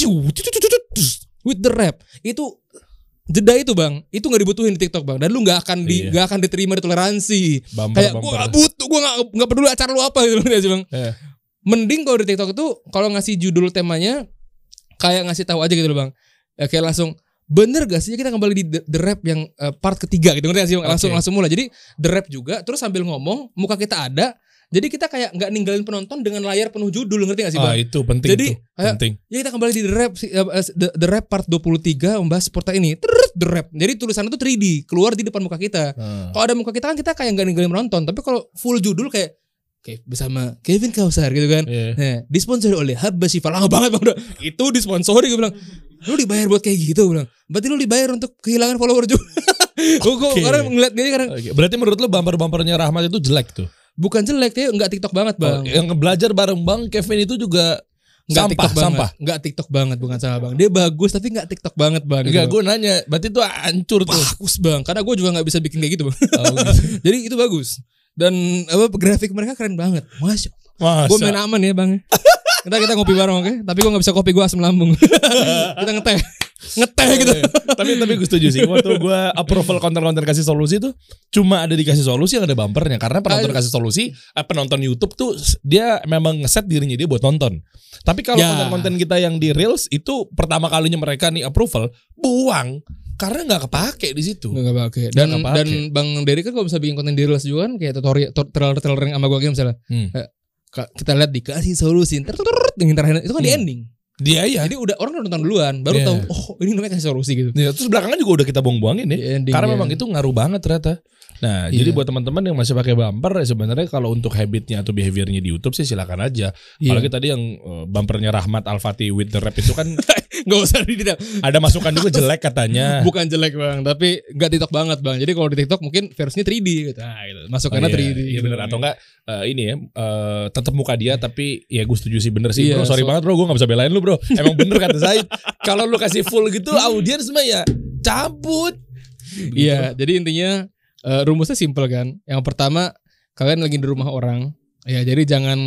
With The Rap. Itu jeda itu Bang, itu gak dibutuhin di TikTok Bang. Dan lu gak akan di, iya. gak akan diterima di toleransi. Bumper, kayak gue gak butuh, gue gak, gak peduli acara lu apa gitu sih Bang. Yeah. Mending kalau di TikTok itu kalau ngasih judul temanya kayak ngasih tahu aja gitu loh Bang. Ya, kayak langsung bener gak sih kita kembali di The, the Rap yang uh, part ketiga gitu ngerti gak sih Bang? Langsung okay. langsung mulai. Jadi The Rap juga terus sambil ngomong muka kita ada. Jadi kita kayak nggak ninggalin penonton dengan layar penuh judul, ngerti gak sih Bang? Ah itu penting. Jadi tuh. Kayak, penting. Ya kita kembali di The Rap uh, the, the Rap part dua puluh tiga membahas seperti ini. Terus The Rap. Jadi tulisannya tuh tiga D keluar di depan muka kita. Hmm. Kalau ada muka kita kan kita kayak nggak ninggalin penonton. Tapi kalau full judul kayak Oke, bersama Kevin Kausar gitu kan. Yeah. Nah, disponsori oleh Habba Syifa. Lama banget Bang. Itu disponsori gue bilang. Lu dibayar buat kayak gitu bilang. Berarti lu dibayar untuk kehilangan follower juga. Gue okay. karena ngeliat gini karena okay. Berarti menurut lu bumper-bumpernya Rahmat itu jelek tuh? Bukan jelek, tapi enggak TikTok banget Bang. Oh, yang belajar bareng Bang Kevin itu juga enggak sampah, TikTok banget. sampah. Enggak TikTok banget bukan salah Bang. Dia bagus tapi enggak TikTok banget Bang. Enggak, gitu, gue nanya, berarti itu hancur tuh. Bagus Bang, karena gue juga enggak bisa bikin kayak gitu Bang. Oh, gitu. Jadi itu bagus. Dan apa grafik mereka keren banget. Masya Allah. Gue main aman ya Bang. Kita kita ngopi bareng oke. Okay? Tapi gue nggak bisa kopi gue asam lambung. Kita ngeteh, ngeteh gitu. tapi tapi gue setuju sih. Waktu gue approval konten-konten kasih solusi tuh cuma ada dikasih solusi yang ada bumpernya. Karena penonton Ay- kasih solusi, eh, penonton YouTube tuh dia memang ngeset dirinya dia buat nonton. Tapi kalau ya. konten-konten kita yang di Reels itu pertama kalinya mereka nih approval, buang. Karena nggak kepake di situ. Nggak kepake. Dan kepake. Dan Bang Dery kan kalau bisa bikin konten di Reels juga kan kayak tutorial trailer-trailer yang sama gue game misalnya. Hmm. Kita lihat dikasih solusi yang terakhir itu kan hmm. di ending. Dia ya. Jadi udah orang udah nonton duluan baru yeah. tahu oh ini namanya kasih solusi gitu. Ya, terus belakangan juga udah kita buang-buangin ya. Ending, karena ya. memang itu ngaruh banget ternyata. Nah, yeah. jadi buat teman-teman yang masih pakai bumper ya sebenarnya kalau untuk habitnya atau behaviornya di YouTube sih silakan aja. Yeah. Apalagi tadi yang uh, bumpernya Rahmat Al-Fatih with the Rap itu kan nggak usah di ada masukan juga jelek katanya. Bukan jelek Bang, tapi nggak TikTok banget Bang. Jadi kalau di TikTok mungkin versinya tiga D gitu. Nah, gitu. Masukannya oh, iya. tiga D. Iya benar atau enggak uh, ini ya uh, tetap muka dia tapi ya gue setuju sih bener sih. Iya, bro, sorry so, banget bro, gue nggak bisa belain lu bro. Emang bener kata Zaid. Kalau lu kasih full gitu audiens mah ya cabut. Iya, jadi intinya Uh, rumusnya simple kan. Yang pertama kalian lagi di rumah orang, ya jadi jangan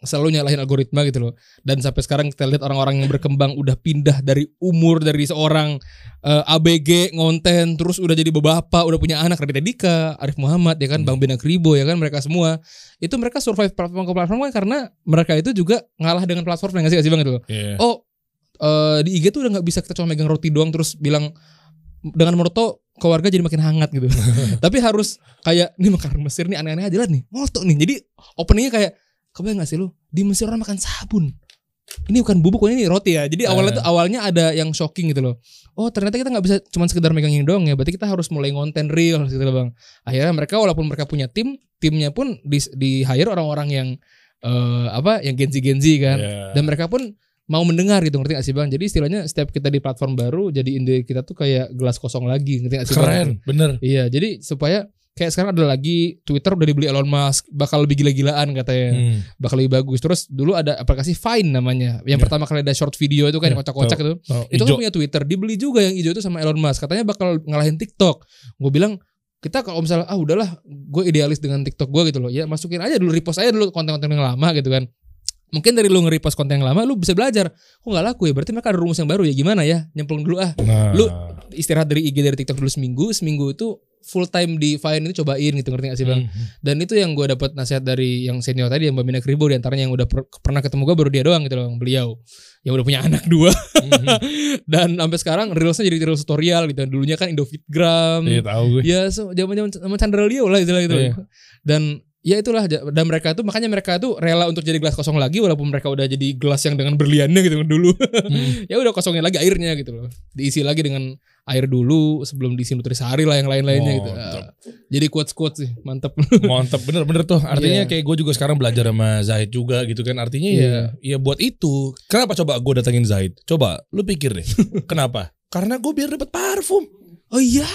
selalu nyalahin algoritma gitu loh. Dan sampai sekarang kita lihat orang-orang yang berkembang udah pindah dari umur dari seorang uh, A B G ngonten terus udah jadi bapak, udah punya anak, Raditya Dika, Arif Muhammad ya kan, hmm. Bang Bena Kribo ya kan, mereka semua itu mereka survive platform ke platform kan karena mereka itu juga ngalah dengan platform yang nggak sih Bang gitu loh. Yeah. Oh uh, di I G tuh udah nggak bisa kita cuma megang roti doang terus bilang dengan moto keluarga jadi makin hangat gitu. Tapi harus kayak nih makanan Mesir nih aneh-aneh aja lah nih. Moto nih. Jadi openingnya kayak kebayang gak sih lu di Mesir orang makan sabun. Ini bukan bubuk, ini roti ya. Jadi awalnya tuh awalnya ada yang shocking gitu loh. Oh ternyata kita nggak bisa cuma sekedar megang ini doang ya. Berarti kita harus mulai ngonten real gitu loh Bang. Akhirnya mereka walaupun mereka punya tim, timnya pun di, di hire orang-orang yang uh, apa, yang genzi-genzi kan. Yeah. Dan mereka pun mau mendengar gitu, ngerti gak sih Bang? Jadi istilahnya setiap kita di platform baru jadi ide kita tuh kayak gelas kosong lagi, ngerti gak sih Bang? Keren, bener. Iya, jadi supaya kayak sekarang ada lagi Twitter udah dibeli Elon Musk, bakal lebih gila-gilaan katanya, hmm. bakal lebih bagus. Terus dulu ada aplikasi Vine namanya, yang yeah. pertama kali ada short video itu kan yeah. kocak-kocak itu, oh, itu kan punya Twitter, dibeli juga yang hijau itu sama Elon Musk, katanya bakal ngalahin TikTok. Gue bilang kita kalau misalnya ah udahlah, gue idealis dengan TikTok gue gitu loh, ya masukin aja dulu, repost aja dulu konten-konten yang lama gitu kan. Mungkin dari lu nge-repost konten yang lama lu bisa belajar. Kok gak laku ya? Berarti mereka ada rumus yang baru ya. Gimana ya? Nyemplung dulu ah. Nah. Lu istirahat dari I G dari TikTok dulu seminggu. Seminggu itu full time di Vine itu cobain gitu, ngerti gak sih Bang? Mm-hmm. Dan itu yang gue dapat nasihat dari yang senior tadi, yang Mbak Bena Kribo, diantaranya yang udah per- pernah ketemu gue baru dia doang gitu loh, beliau yang udah punya anak dua. Mm-hmm. Dan sampai sekarang reelsnya jadi reels tutorial gitu. Dulunya kan Indofitgram. Iya tahu gue. Ya so, zaman-zaman sama Chandra Leo lah istilah gitu. Yeah. Dan ya itulah, dan mereka itu makanya mereka itu rela untuk jadi gelas kosong lagi walaupun mereka udah jadi gelas yang dengan berliannya gitu dulu. Hmm. Ya udah kosongin lagi airnya gitu loh. Diisi lagi dengan air dulu sebelum diisi nutrisari lah yang lain-lainnya oh, gitu. Uh, jadi quotes-quotes sih, mantep. Mantep bener-bener tuh. Artinya yeah. kayak gue juga sekarang belajar sama Zahid juga gitu kan. Artinya yeah. ya ya buat itu. Kenapa coba gue datengin Zahid? Coba lu pikir deh. Kenapa? Karena gue biar dapat parfum. Oh iya.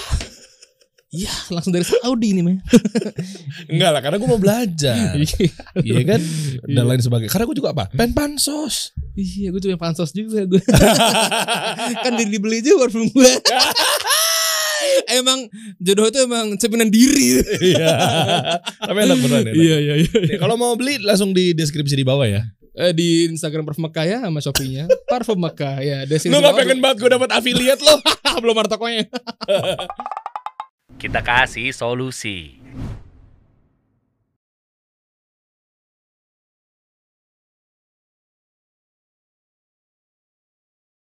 Iya langsung dari Saudi nih mah. Enggak lah, karena gue mau belajar. Iya kan. Dan lain sebagainya. Karena gue juga apa? Pen pansos. Iya gue juga pansos juga gue. Kan dibeli juga parfum gue. Emang jodoh itu emang cerminan diri. Iya. Tapi enak beneran ya. Iya iya iya. Kalau mau beli langsung di deskripsi di bawah ya. Eh, di Instagram Parfum Mekah ya sama Shopee-nya. Parfum Mekah ya. Lu gak pengen banget gue dapat affiliate lo? Belum ada tokonya. Kita kasih solusi.